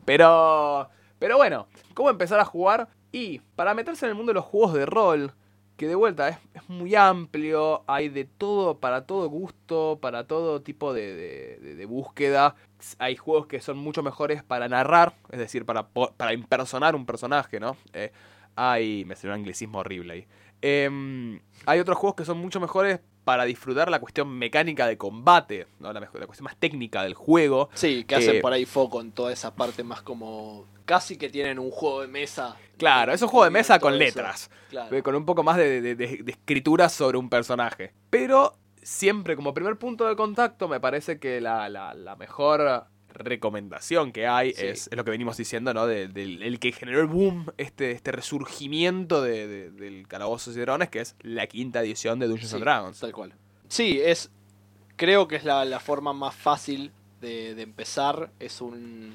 Pero. Pero bueno, ¿cómo empezar a jugar? Y para meterse en el mundo de los juegos de rol, que de vuelta es, es muy amplio, hay de todo, para todo gusto, para todo tipo de, de, de, de búsqueda. Hay juegos que son mucho mejores para narrar, es decir, para, para impersonar un personaje, ¿no? Eh, hay... me salió un anglicismo horrible ahí. Eh, hay otros juegos que son mucho mejores para disfrutar la cuestión mecánica de combate, ¿no? La, mejor, la cuestión más técnica del juego. Sí, que hacen eh, por ahí foco en toda esa parte más como... Casi que tienen un juego de mesa. Claro, es un juego de mesa con letras. Claro. Con un poco más de, de, de, de escritura sobre un personaje. Pero siempre como primer punto de contacto me parece que la, la, la mejor recomendación que hay sí. es, es lo que venimos diciendo, ¿no? De, de, de, el que generó el boom, este, este resurgimiento de, de, del Calabozos y Dragones, que es la quinta edición de Dungeons sí, and Dragons. Tal cual. Sí, es creo que es la, la forma más fácil de, de empezar. Es un...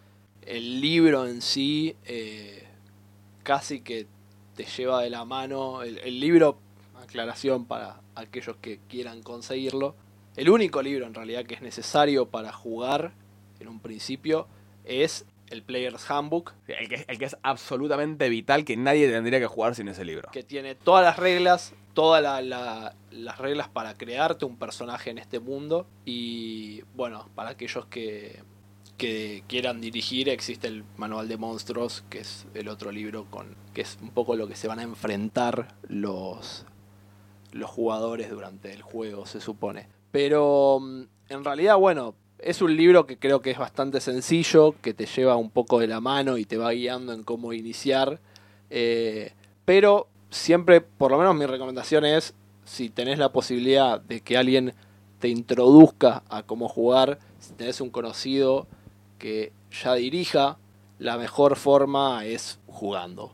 El libro en sí eh, casi que te lleva de la mano. El, el libro, aclaración para aquellos que quieran conseguirlo, el único libro en realidad que es necesario para jugar en un principio es el Player's Handbook. El que, el que es absolutamente vital, que nadie tendría que jugar sin ese libro. Que tiene todas las reglas, todas la, la, las reglas para crearte un personaje en este mundo. Y bueno, para aquellos que... que quieran dirigir, existe el Manual de Monstruos, que es el otro libro con que es un poco lo que se van a enfrentar los, los jugadores durante el juego, se supone. Pero en realidad, bueno, es un libro que creo que es bastante sencillo, que te lleva un poco de la mano y te va guiando en cómo iniciar. Eh, pero siempre, por lo menos mi recomendación es, si tenés la posibilidad de que alguien te introduzca a cómo jugar, si tenés un conocido que ya dirija, la mejor forma es jugando.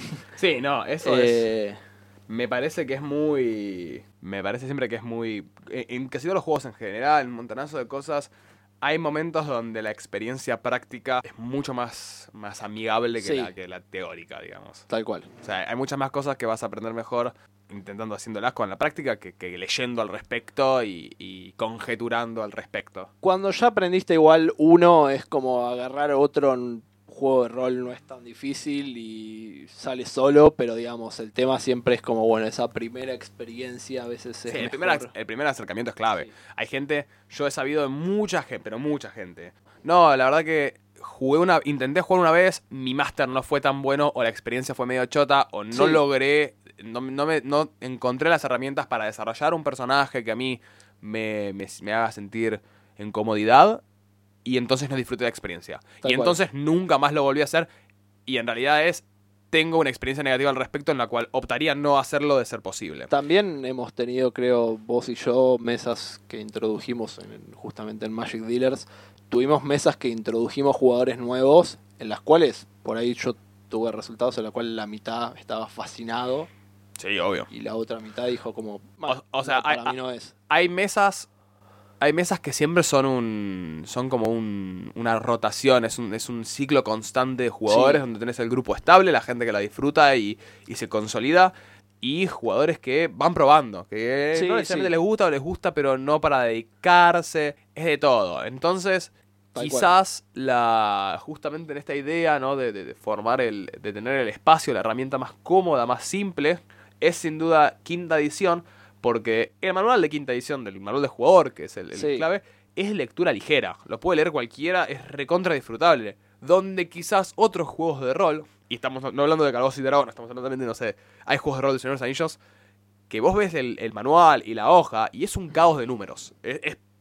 Sí, no, eso eh... es... Me parece que es muy... Me parece siempre que es muy... En casi todos los juegos en general, en un montonazo de cosas, hay momentos donde la experiencia práctica es mucho más, más amigable que, sí. la, que la teórica, digamos. Tal cual. O sea, hay muchas más cosas que vas a aprender mejor intentando haciéndolas con la práctica que, que leyendo al respecto y, y conjeturando al respecto. Cuando ya aprendiste igual uno, es como agarrar otro juego de rol, no es tan difícil y sale solo, pero digamos, el tema siempre es como, bueno, esa primera experiencia a veces es sí, el, mejor. primer, el primer acercamiento es clave. Sí. Hay gente, yo he sabido de mucha gente, pero mucha gente. No, la verdad que jugué una, intenté jugar una vez, mi máster no fue tan bueno, o la experiencia fue medio chota, o no sí. logré... No, no, me, no encontré las herramientas para desarrollar un personaje que a mí me, me, me haga sentir en comodidad y entonces no disfruté la experiencia. Tal y cual. Entonces nunca más lo volví a hacer y en realidad es, tengo una experiencia negativa al respecto en la cual optaría no hacerlo de ser posible. También hemos tenido, creo, vos y yo, mesas que introdujimos en, justamente en Magic Dealers. Tuvimos mesas que introdujimos jugadores nuevos en las cuales, por ahí yo tuve resultados en la cual la mitad estaba fascinado. Sí, obvio. Y la otra mitad dijo como... O, o sea, no, para hay, mí no es. Hay mesas... Hay mesas que siempre son un... Son como un, una rotación. Es un, es un ciclo constante de jugadores, sí. donde tenés el grupo estable, la gente que la disfruta y, y se consolida. Y jugadores que van probando. Que sí, no necesariamente sí. les gusta o les gusta, pero no para dedicarse. Es de todo. Entonces... Tal quizás cual. la justamente en esta idea, ¿no? de, de, de formar el... De tener el espacio, la herramienta más cómoda, más simple... Es sin duda quinta edición, porque el manual de quinta edición del manual de jugador, que es el, el sí. clave, es lectura ligera. Lo puede leer cualquiera, es recontra disfrutable. Donde quizás otros juegos de rol, y estamos no hablando de Calabozos y Dragones, estamos hablando también de, no sé, hay juegos de rol de Señor de los Anillos, que vos ves el, el manual y la hoja, y es un caos de números. Es, es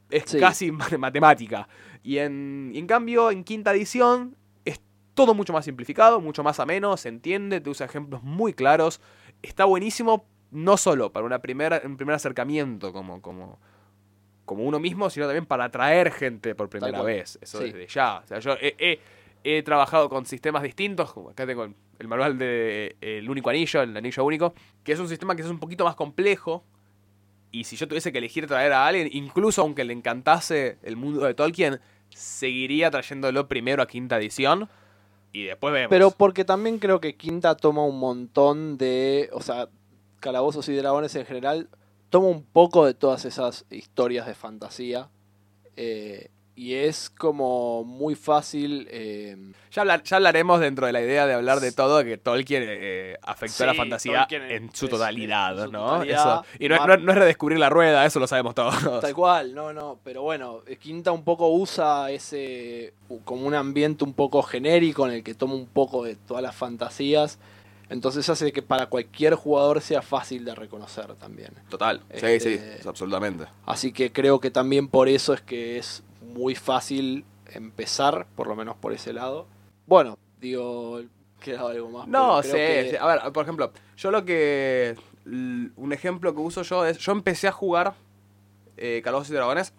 es Sí. casi matemática. Y en, y en cambio, en quinta edición, es todo mucho más simplificado, mucho más ameno, se entiende, te usa ejemplos muy claros. Está buenísimo, no solo para una primera, un primer acercamiento como, como, como uno mismo, sino también para atraer gente por primera Tal cual. vez. Eso Sí. desde ya. O sea, yo he, he- he trabajado con sistemas distintos, como acá tengo el, el manual de eh, El Único Anillo, el Anillo Único, que es un sistema que es un poquito más complejo. Y si yo tuviese que elegir traer a alguien, incluso aunque le encantase el mundo de Tolkien, seguiría trayéndolo primero a quinta edición y después vemos. Pero porque también creo que Quinta toma un montón de... O sea, Calabozos y Dragones en general toma un poco de todas esas historias de fantasía. eh, y es como muy fácil... eh, Ya, hablar- ya hablaremos dentro de la idea de hablar de todo que Tolkien eh, afectó a la Sí, fantasía Tolkien en su es- totalidad, en su ¿no? totalidad, Eso. Y no, Mar- no- no es redescubrir la rueda, eso lo sabemos todos. Tal cual, no, no, pero bueno, eh, Quinta un poco usa ese u- como un ambiente un poco genérico en el que toma un poco de todas las fantasías, entonces hace que para cualquier jugador sea fácil de reconocer también. Total, Este- sí, sí, absolutamente. Así que creo que también por eso es que es muy fácil empezar, por lo menos por ese lado. Bueno, digo, queda algo más. No, pero sí, creo que- sí. A ver, por ejemplo, yo lo que... l- Un ejemplo que uso yo es... Yo empecé a jugar eh, Calabozos y Dragones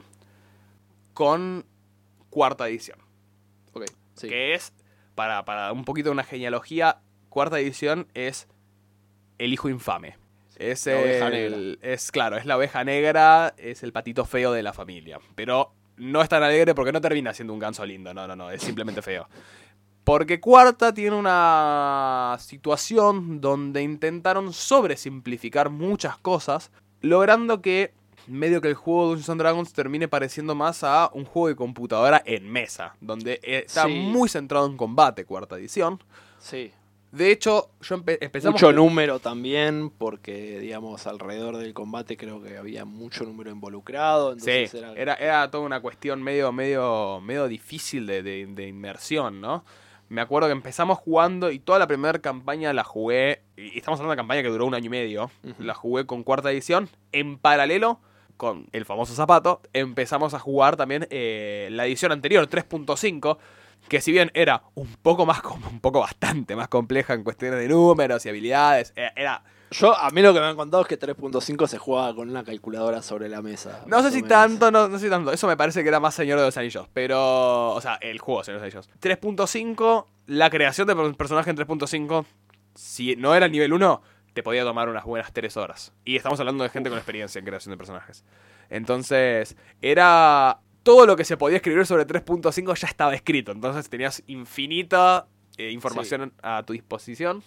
con cuarta edición. Ok, sí. Que es, para, para un poquito una genealogía, cuarta edición es el hijo infame. Es, La oveja el- es claro, es la oveja negra, es el patito feo de la familia. Pero no es tan alegre porque no termina siendo un ganso lindo, no, no, no, es simplemente feo. Porque cuarta tiene una situación donde intentaron sobresimplificar muchas cosas, logrando que medio que el juego de Dungeons and Dragons termine pareciendo más a un juego de computadora en mesa, donde eh, está Sí. muy centrado en combate, cuarta edición. Sí. De hecho, yo empe- empezamos... Mucho número también, porque digamos alrededor del combate creo que había mucho número involucrado. Sí, Entonces era, era, era toda una cuestión medio, medio, medio difícil de, de- de inmersión, ¿no? Me acuerdo que empezamos jugando y toda la primera campaña la jugué, y estamos hablando de una campaña que duró un año y medio, Ujú. la jugué con cuarta edición, en paralelo con el famoso zapato, empezamos a jugar también eh, la edición anterior, tres punto cinco, que si bien era un poco más, com- un poco bastante más compleja en cuestiones de números y habilidades, eh, era... Yo, a mí lo que me han contado es que tres punto cinco se jugaba con una calculadora sobre la mesa. No más sé o si menos. tanto, no, no sé si tanto. Eso me parece que era más Señor de los Anillos. Pero, o sea, el juego Señor de los Anillos. tres punto cinco, la creación de per- personaje en tres punto cinco, si no era nivel uno, te podía tomar unas buenas tres horas. Y estamos hablando de gente con experiencia en creación de personajes. Entonces, era... Todo lo que se podía escribir sobre tres punto cinco ya estaba escrito. Entonces tenías infinita eh, información a tu disposición.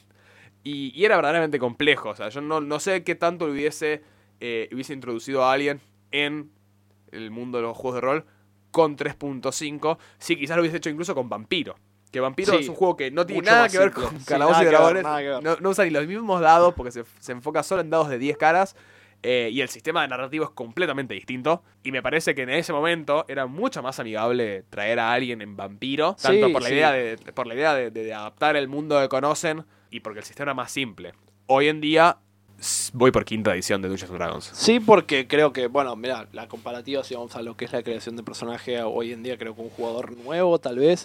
Y, y era verdaderamente complejo. O sea, yo no, no sé qué tanto le hubiese, eh, hubiese introducido a alguien en el mundo de los juegos de rol con tres punto cinco. Sí, quizás lo hubiese hecho incluso con Vampiro. Que Vampiro Sí, es un juego que no tiene mucho nada más que ver simple. con Sí, Calabozos y nada que ver, Dragones. nada que ver. No, no usa ni los mismos dados porque se, se enfoca solo en dados de diez caras. Eh, y el sistema de narrativo es completamente distinto. Y me parece que en ese momento era mucho más amigable traer a alguien en Vampiro. Tanto Sí, por la sí. idea, de, por la idea de, de- de adaptar el mundo que conocen y porque el sistema era más simple. Hoy en día s- voy por quinta edición de Dungeons and Dragons. Sí, porque creo que, bueno, mira, la comparativa, si vamos a lo que es la creación de personaje hoy en día, creo que un jugador nuevo tal vez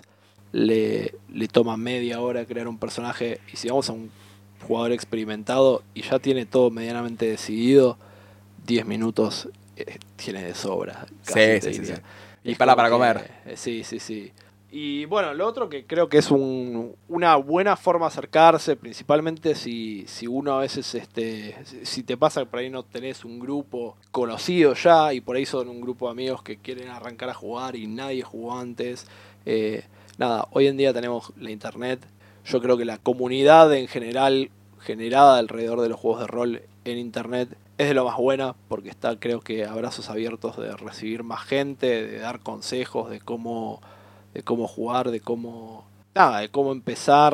le, le toma media hora crear un personaje. Y si vamos a un jugador experimentado y ya tiene todo medianamente decidido, diez minutos eh, tiene de sobra. Casi Sí, te sí, sí, diría. sí. Y Es para, como para que, comer. eh, sí, sí, sí. Y bueno, lo otro que creo que es un- una buena forma de acercarse, principalmente si, si uno a veces, este, si- si te pasa que por ahí no tenés un grupo conocido ya y por ahí son un grupo de amigos que quieren arrancar a jugar y nadie jugó antes. eh, nada, hoy en día tenemos la internet. Yo creo que la comunidad en general generada alrededor de los juegos de rol en internet es de lo más buena porque está, creo que, a brazos abiertos de recibir más gente, de dar consejos de cómo de cómo jugar, de cómo nada, de cómo empezar,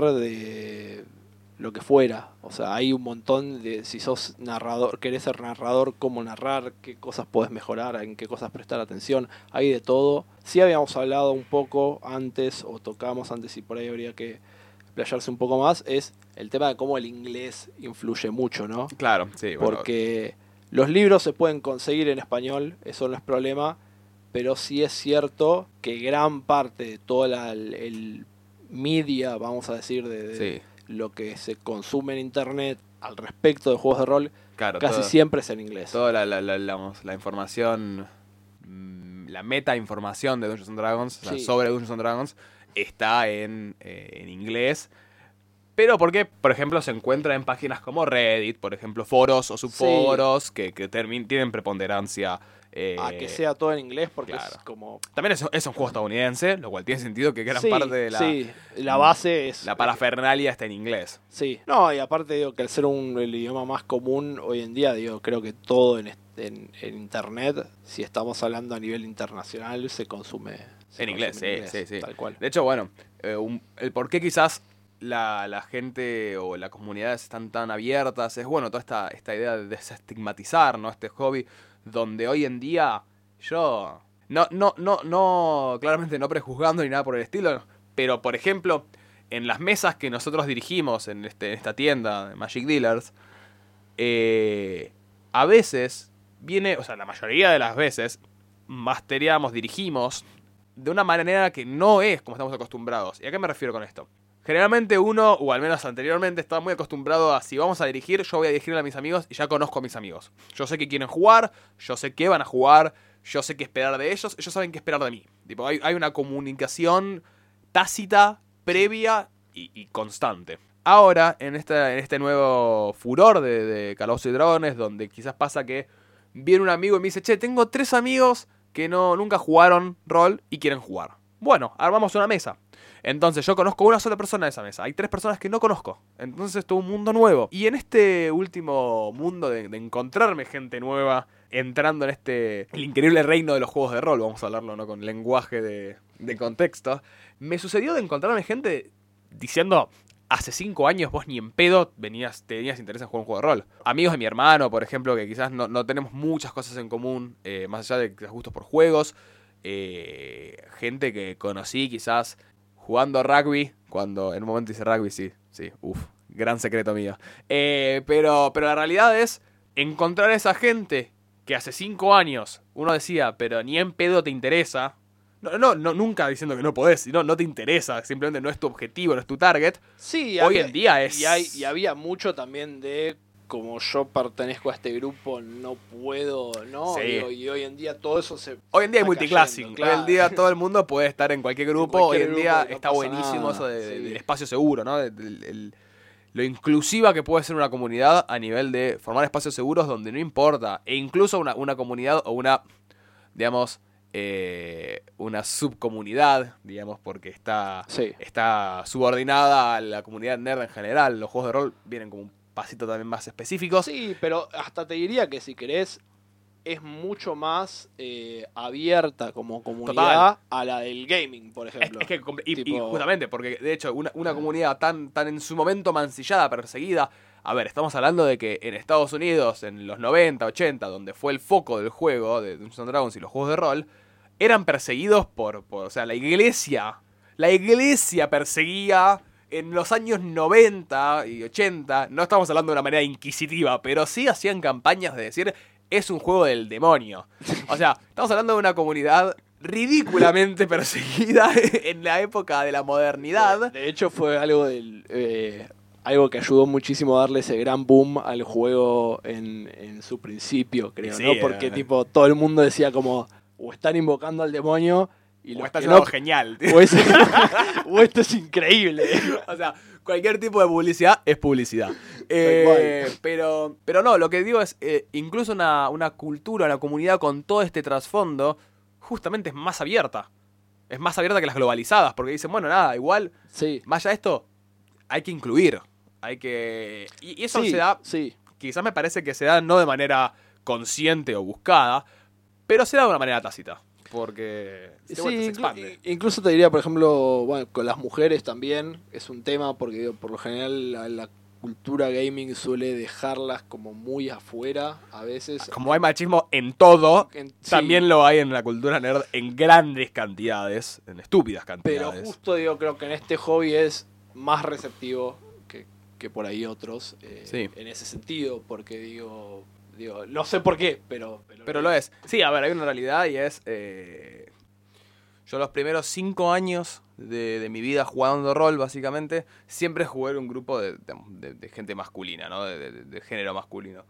de lo que fuera. O sea, hay un montón de, si sos narrador, querés ser narrador, cómo narrar, qué cosas podés mejorar, en qué cosas prestar atención, hay de todo. Sí habíamos hablado un poco antes, o tocamos antes y por ahí habría que explayarse un poco más, es el tema de cómo el inglés influye mucho, ¿no? Claro, sí. Bueno, Porque los libros se pueden conseguir en español, eso no es problema, pero sí es cierto que gran parte de toda la, el, el media, vamos a decir, de, de Sí. lo que se consume en internet al respecto de juegos de rol, Claro, casi todo- siempre es en inglés. Toda la, la, la, la- vamos, la información, mm, la meta información de Dungeons and Dragons, o sea, Sí. sobre Dungeons and Dragons, está en, eh, en inglés. Pero porque, por ejemplo, se encuentra en páginas como Reddit, por ejemplo, foros o subforos que, que termin- tienen preponderancia. eh, A que sea todo en inglés, porque claro. es como... También es, es un juego estadounidense, lo cual tiene sentido que gran sí, parte de la, sí, la base es... la parafernalia está en inglés. Sí, no, y aparte digo que al ser un, el idioma más común hoy en día, digo, creo que todo en, est- en, en internet, si estamos hablando a nivel internacional, se consume, se En inglés, consume sí, sí, sí. tal cual. De hecho, bueno, eh, un- el por qué quizás la, la gente o las comunidades están tan abiertas es, bueno, toda esta, esta idea de desestigmatizar, ¿no? Este hobby, donde hoy en día yo... No, no, no, no, claramente no prejuzgando ni nada por el estilo, pero, por ejemplo, en las mesas que nosotros dirigimos en, este, en esta tienda de Magic Dealers, eh, a veces viene, o sea, la mayoría de las veces, mastereamos, dirigimos de una manera que no es como estamos acostumbrados. ¿Y a qué me refiero con esto? Generalmente uno, o al menos anteriormente, estaba muy acostumbrado a si vamos a dirigir, yo voy a dirigirle a mis amigos y ya conozco a mis amigos. Yo sé que quieren jugar, yo sé qué van a jugar, yo sé qué esperar de ellos, ellos saben qué esperar de mí. Tipo, hay, hay una comunicación tácita, previa y, y constante. Ahora, en, esta, en este nuevo furor de, de Calabozos y Dragones, donde quizás pasa que viene un amigo y me dice, che, tengo tres amigos que no, nunca jugaron rol y quieren jugar. Bueno, armamos una mesa. Entonces yo conozco una sola persona de esa mesa. Hay tres personas que no conozco. Entonces es todo un mundo nuevo. Y en este último mundo de, de encontrarme gente nueva, entrando en este el increíble reino de los juegos de rol, vamos a hablarlo, ¿no? Con lenguaje de, de contexto, me sucedió de encontrarme gente diciendo... Hace cinco años vos ni en pedo venías, tenías interés en jugar un juego de rol. Amigos de mi hermano, por ejemplo, que quizás no, no tenemos muchas cosas en común, eh, más allá de quizás gustos por juegos. Eh, gente que conocí quizás jugando rugby, cuando en un momento hice rugby, sí, sí, uff, gran secreto mío. Eh, pero, pero la realidad es encontrar a esa gente que hace cinco años uno decía, pero ni en pedo te interesa. No, no, no, nunca diciendo que no podés, no, no te interesa, simplemente no es tu objetivo, no es tu target. Sí, Hoy había- en día es... Y, hay, y había mucho también de, como yo pertenezco a este grupo, no puedo, ¿no? Sí. Digo, y hoy en día todo eso se... Hoy en día hay está multiclassing. cayendo, Hoy en día todo el mundo puede estar en cualquier grupo. En cualquier Hoy en día grupo, no está pasa buenísimo nada, eso de- sí. del espacio seguro, ¿no? Del- el- lo inclusiva que puede ser una comunidad a nivel de formar espacios seguros donde no importa. E incluso una, una comunidad o una, digamos, eh, una subcomunidad, digamos, porque está, Sí. está subordinada a la comunidad nerd en general. Los juegos de rol vienen como un pasito también más específicos. Sí, pero hasta te diría que si querés, es mucho más eh, abierta como comunidad Total. a la del gaming, por Es, ejemplo. es que, compl- y, y Tipo- justamente, porque de hecho, una, una comunidad tan, tan en su momento mancillada, perseguida. A ver, estamos hablando de que en Estados Unidos, en los noventa, ochenta, donde fue el foco del juego de Dungeons and Dragons y los juegos de rol, eran perseguidos por, por. O sea, la iglesia. La iglesia perseguía en los años noventa y ochenta. No estamos hablando de una manera inquisitiva, pero sí hacían campañas de decir. Es un juego del demonio. O sea, estamos hablando de una comunidad ridículamente perseguida en la época de la modernidad. De hecho, fue algo del. eh, algo que ayudó muchísimo a darle ese gran boom al juego en, en su principio, creo, Sí, ¿no? Porque, eh. tipo, todo el mundo decía como, o están invocando al demonio, y O los está que siendo no, genial. o, es- o esto es increíble. O sea, cualquier tipo de publicidad es publicidad. Eh, pero, pero no, lo que digo es, eh, incluso una, una cultura, una comunidad con todo este trasfondo, justamente es más abierta. Es más abierta que las globalizadas, porque dicen, bueno, nada, igual, Sí. más allá de esto, hay que incluir. Hay que... Y, y eso sí, se da, sí. quizás me parece que se da no de manera consciente o buscada, pero se da de una manera tácita. Porque de Sí, vuelta se inclu- expande. incluso te diría, por ejemplo, bueno, con las mujeres también es un tema, porque digo, por lo general la, la cultura gaming suele dejarlas como muy afuera a veces. Como hay machismo en todo, En- sí, también lo hay en la cultura nerd en grandes cantidades, en estúpidas pero cantidades. justo digo, creo que en este hobby es más receptivo que, que por ahí otros, eh, Sí. en ese sentido, porque digo, Digo, no sé por qué, pero... Pero, Pero lo es. Sí, a ver, hay una realidad y es... Eh, yo los primeros cinco años de, de mi vida jugando rol, básicamente, siempre jugué en un grupo de, de, de gente masculina, ¿no? De, de, de género masculino.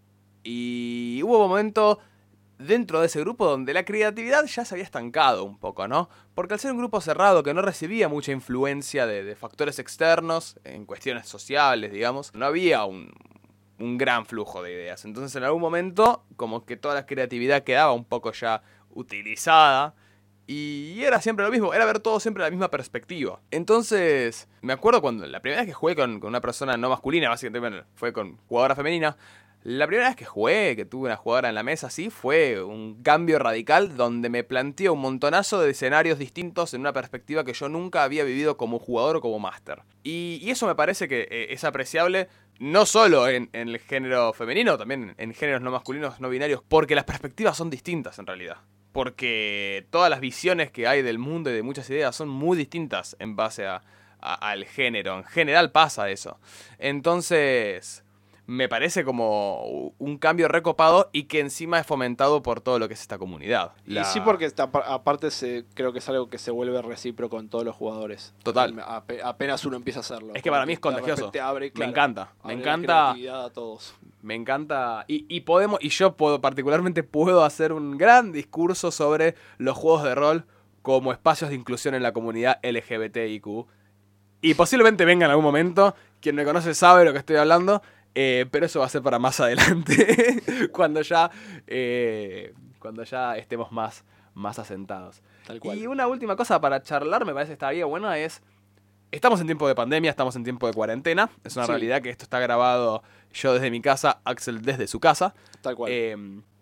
Y hubo momentos dentro de ese grupo donde la creatividad ya se había estancado un poco, ¿no? Porque al ser un grupo cerrado que no recibía mucha influencia de, de factores externos, en cuestiones sociales, digamos, no había un, un gran flujo de ideas. Entonces en algún momento como que toda la creatividad quedaba un poco ya utilizada. Y era siempre lo mismo, era ver todo siempre la misma perspectiva. Entonces, me acuerdo cuando la primera vez que jugué con, con una persona no masculina, básicamente bueno, fue con jugadora femenina. La primera vez que jugué, que tuve una jugadora en la mesa así, fue un cambio radical donde me planteó un montonazo de escenarios distintos en una perspectiva que yo nunca había vivido como jugador o como máster. Y, y eso me parece que eh, es apreciable no solo en, en el género femenino, también en géneros no masculinos, no binarios, porque las perspectivas son distintas en realidad. Porque todas las visiones que hay del mundo y de muchas ideas son muy distintas en base a, a, al género. En general pasa eso. Entonces, me parece como un cambio recopado y que encima es fomentado por todo lo que es esta comunidad. La... Y sí, porque está, aparte se, creo que es algo que se vuelve recíproco en todos los jugadores. Total. Apenas uno empieza a hacerlo. Es que para mí es contagioso. Abre, claro, me encanta. Me abre encanta. A todos. Me encanta. Y, y podemos, y yo puedo, particularmente puedo hacer un gran discurso sobre los juegos de rol como espacios de inclusión en la comunidad L G B T I Q. Y posiblemente venga en algún momento. Quien me conoce sabe de lo que estoy hablando. Eh, pero eso va a ser para más adelante, cuando ya eh, cuando ya estemos más, más asentados. Tal cual. Y una última cosa para charlar, me parece que estaría buena, es... Estamos en tiempo de pandemia, estamos en tiempo de cuarentena. Es una sí. realidad que esto está grabado yo desde mi casa, Axel desde su casa. Tal cual. Eh,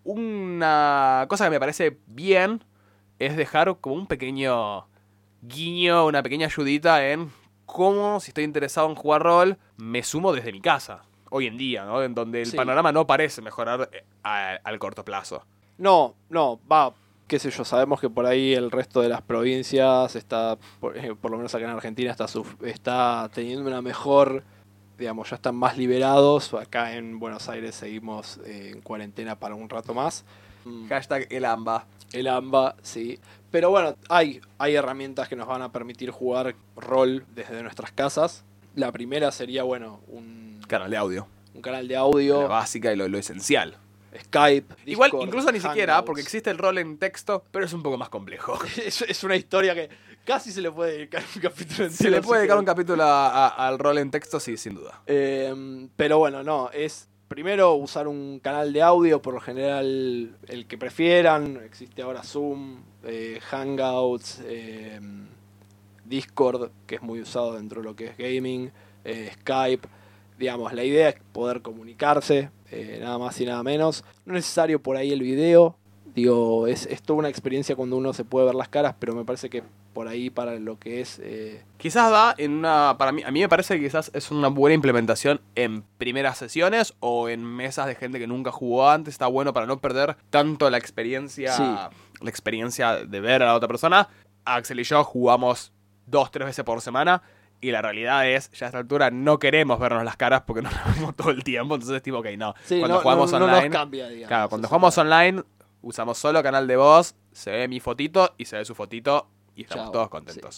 una cosa que me parece bien es dejar como un pequeño guiño, una pequeña ayudita en cómo, si estoy interesado en jugar rol, me sumo desde mi casa. Hoy en día, ¿no? En donde el sí. panorama no parece mejorar a, al corto plazo. No, no, va, qué sé yo, sabemos que por ahí el resto de las provincias está, por, eh, por lo menos acá en Argentina, está, está teniendo una mejor, digamos, ya están más liberados. Acá en Buenos Aires seguimos eh, en cuarentena para un rato más. Hashtag el AMBA. El AMBA, sí. Pero bueno, hay, hay herramientas que nos van a permitir jugar rol desde nuestras casas. La primera sería, bueno, un... canal de audio. Un canal de audio. La básica y lo, lo esencial. Skype, Discord, igual, incluso ni siquiera, Hangouts. Porque existe el rol en texto, pero es un poco más complejo. es, es una historia que casi se le puede dedicar un capítulo entero. Se le puede dedicar un capítulo a, a, al rol en texto, sí, sin duda. Eh, pero bueno, no, es primero usar un canal de audio, por lo general el que prefieran. Existe ahora Zoom, eh, Hangouts, eh, Discord, que es muy usado dentro de lo que es gaming, eh, Skype. Digamos, la idea es poder comunicarse, eh, nada más y nada menos. No es necesario por ahí el video. Digo, es, es toda una experiencia cuando uno se puede ver las caras, pero me parece que por ahí para lo que es... Eh... Quizás da en una... Para mí, a mí me parece que quizás es una buena implementación en primeras sesiones o en mesas de gente que nunca jugó antes. Está bueno para no perder tanto la experiencia, sí. la experiencia de ver a la otra persona. Axel y yo jugamos dos, tres veces por semana. Y la realidad es, ya a esta altura no queremos vernos las caras porque nos vemos todo el tiempo. Entonces es tipo, ok, no. Sí, cuando no, jugamos no, online... No nos cambia, digamos. Claro, cuando jugamos online, usamos solo canal de voz, se ve mi fotito y se ve su fotito y estamos Chao. todos contentos. Sí.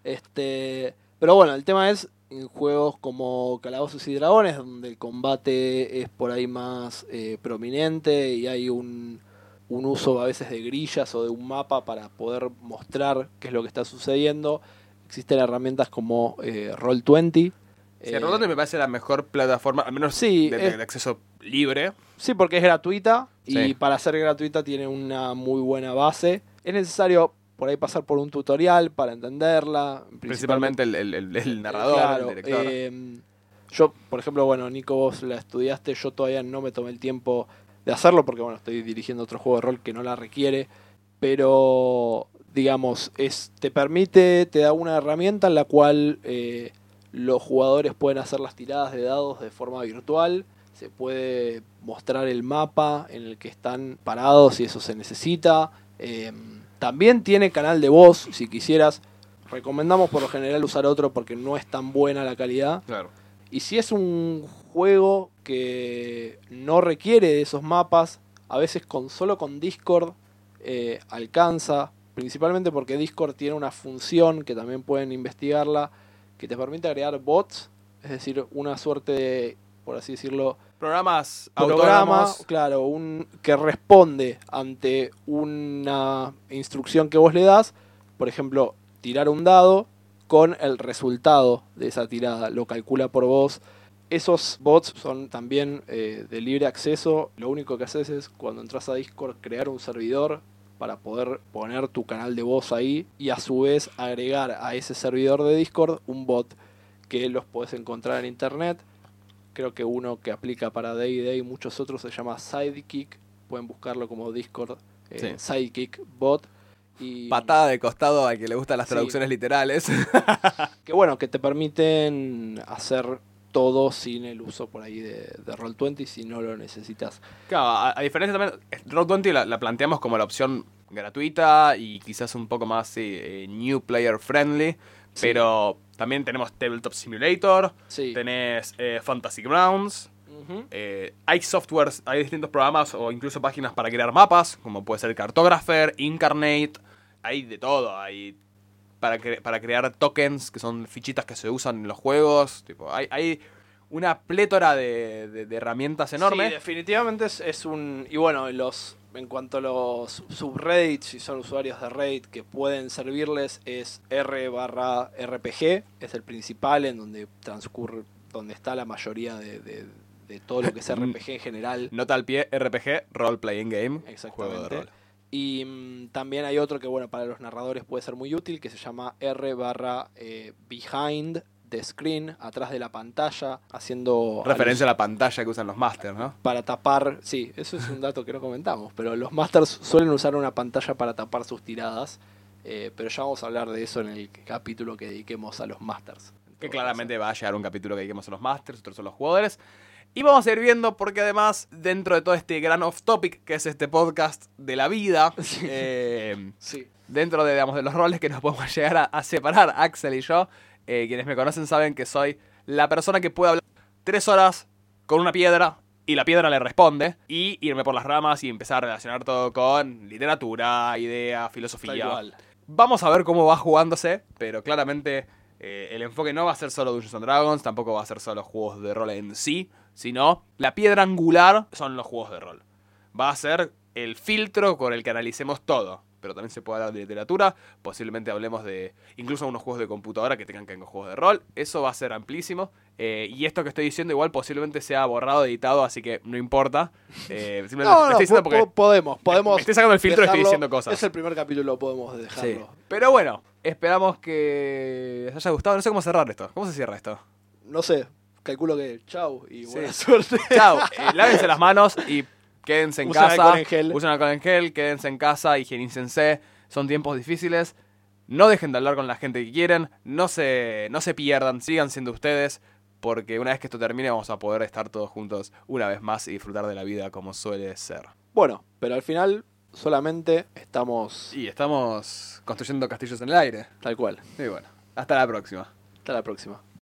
Este, pero bueno, el tema es en juegos como Calabozos y Dragones, donde el combate es por ahí más eh, prominente y hay un, un uso a veces de grillas o de un mapa para poder mostrar qué es lo que está sucediendo. Existen herramientas como eh, Roll veinte. Sí, eh, Roll veinte me parece la mejor plataforma, al menos sí, de, es, de acceso libre. Sí, porque es gratuita y sí. para ser gratuita tiene una muy buena base. Es necesario por ahí pasar por un tutorial para entenderla. Principalmente, Principalmente el, el, el, el narrador, claro, el director. Eh, yo, por ejemplo, bueno, Nico, vos la estudiaste, yo todavía no me tomé el tiempo de hacerlo porque, bueno, estoy dirigiendo otro juego de rol que no la requiere, pero... digamos, es, te permite, te da una herramienta en la cual eh, los jugadores pueden hacer las tiradas de dados de forma virtual, se puede mostrar el mapa en el que están parados si eso se necesita. Eh, también tiene canal de voz, si quisieras. Recomendamos por lo general usar otro porque no es tan buena la calidad. Claro. Y si es un juego que no requiere de esos mapas, a veces con solo con Discord eh, alcanza, principalmente porque Discord tiene una función que también pueden investigarla, que te permite agregar bots, es decir, una suerte de, por así decirlo, Programas programa, autónomos. claro, un que responde ante una instrucción que vos le das, por ejemplo, tirar un dado con el resultado de esa tirada, lo calcula por vos. Esos bots son también eh, de libre acceso. Lo único que haces es, cuando entras a Discord, crear un servidor para poder poner tu canal de voz ahí y a su vez agregar a ese servidor de Discord un bot que los podés encontrar en internet. Creo que uno que aplica para Day Day y muchos otros se llama Sidekick. Pueden buscarlo como Discord eh, Sí. Sidekick Bot. Y Patada de costado al que le gustan las Sí. traducciones literales. que bueno, que te permiten hacer todo sin el uso por ahí de, de roll veinte si no lo necesitas. Claro, a, a diferencia también, roll veinte la, la planteamos como la opción gratuita y quizás un poco más sí, eh, new player friendly, Sí. pero también tenemos Tabletop Simulator, Sí. tenés eh, Fantasy Grounds, Ujú. eh, hay softwares, hay distintos programas o incluso páginas para crear mapas, como puede ser Cartographer, Incarnate, hay de todo, hay para, cre- para crear tokens, que son fichitas que se usan en los juegos, tipo, hay, hay una plétora de, de- de herramientas enorme. Sí, definitivamente es, es un... Y bueno, los en cuanto a los subreddits, si son usuarios de Reddit que pueden servirles, es r barra rpg, es el principal en donde transcurre, donde está la mayoría de, de, de todo lo que es R P G en general. Nota al pie, R P G, Role Playing Game, Exactamente. juego de rol. Y mm, también hay otro que, bueno, para los narradores puede ser muy útil, que se llama R barra eh, behind the screen, atrás de la pantalla, haciendo Referencia alus- a la pantalla que usan los masters, ¿no? para tapar, sí, eso es un dato que no comentamos, pero los masters suelen usar una pantalla para tapar sus tiradas, eh, pero ya vamos a hablar de eso en el capítulo que dediquemos a los masters. En Que todo claramente va a llegar un capítulo que dediquemos a los masters, otros a los jugadores. Y vamos a ir viendo porque además, dentro de todo este gran off-topic que es este podcast de la vida, Sí. eh, caso. Sí, dentro de, digamos, de los roles que nos podemos llegar a, a separar, Axel y yo, eh, quienes me conocen saben que soy la persona que puede hablar tres horas con una piedra y la piedra le responde, y irme por las ramas y empezar a relacionar todo con literatura, idea, tal filosofía. cual. Vamos a ver cómo va jugándose, pero claramente eh, el enfoque no va a ser solo Dungeons and Dragons, tampoco va a ser solo juegos de rol en sí, sino la piedra angular son los juegos de rol. Va a ser el filtro con el que analicemos todo, pero también se puede hablar de literatura, posiblemente hablemos de incluso unos juegos de computadora que tengan que ver con juegos de rol, eso va a ser amplísimo, eh, y esto que estoy diciendo igual posiblemente sea borrado, editado, así que no importa. Eh, simplemente No, lo no, estoy diciendo po- porque po- podemos, podemos. me estoy sacando el filtro y estoy dejarlo- diciendo cosas. Es el primer capítulo, podemos dejarlo. Sí. Pero bueno, esperamos que les haya gustado. No sé cómo cerrar esto. ¿Cómo se cierra esto? No sé, calculo que chau y Sí. buena suerte. Chao. Eh, lávense las manos y quédense en Usen casa. alcohol en gel. Usen alcohol en gel, quédense en casa, higienícense. Son tiempos difíciles. No dejen de hablar con la gente que quieren. No se, no se pierdan. Sigan siendo ustedes. Porque una vez que esto termine vamos a poder estar todos juntos una vez más y disfrutar de la vida como suele ser. Bueno, pero al final solamente estamos Y estamos construyendo castillos en el aire. tal cual. Y bueno, hasta la próxima. Hasta la próxima.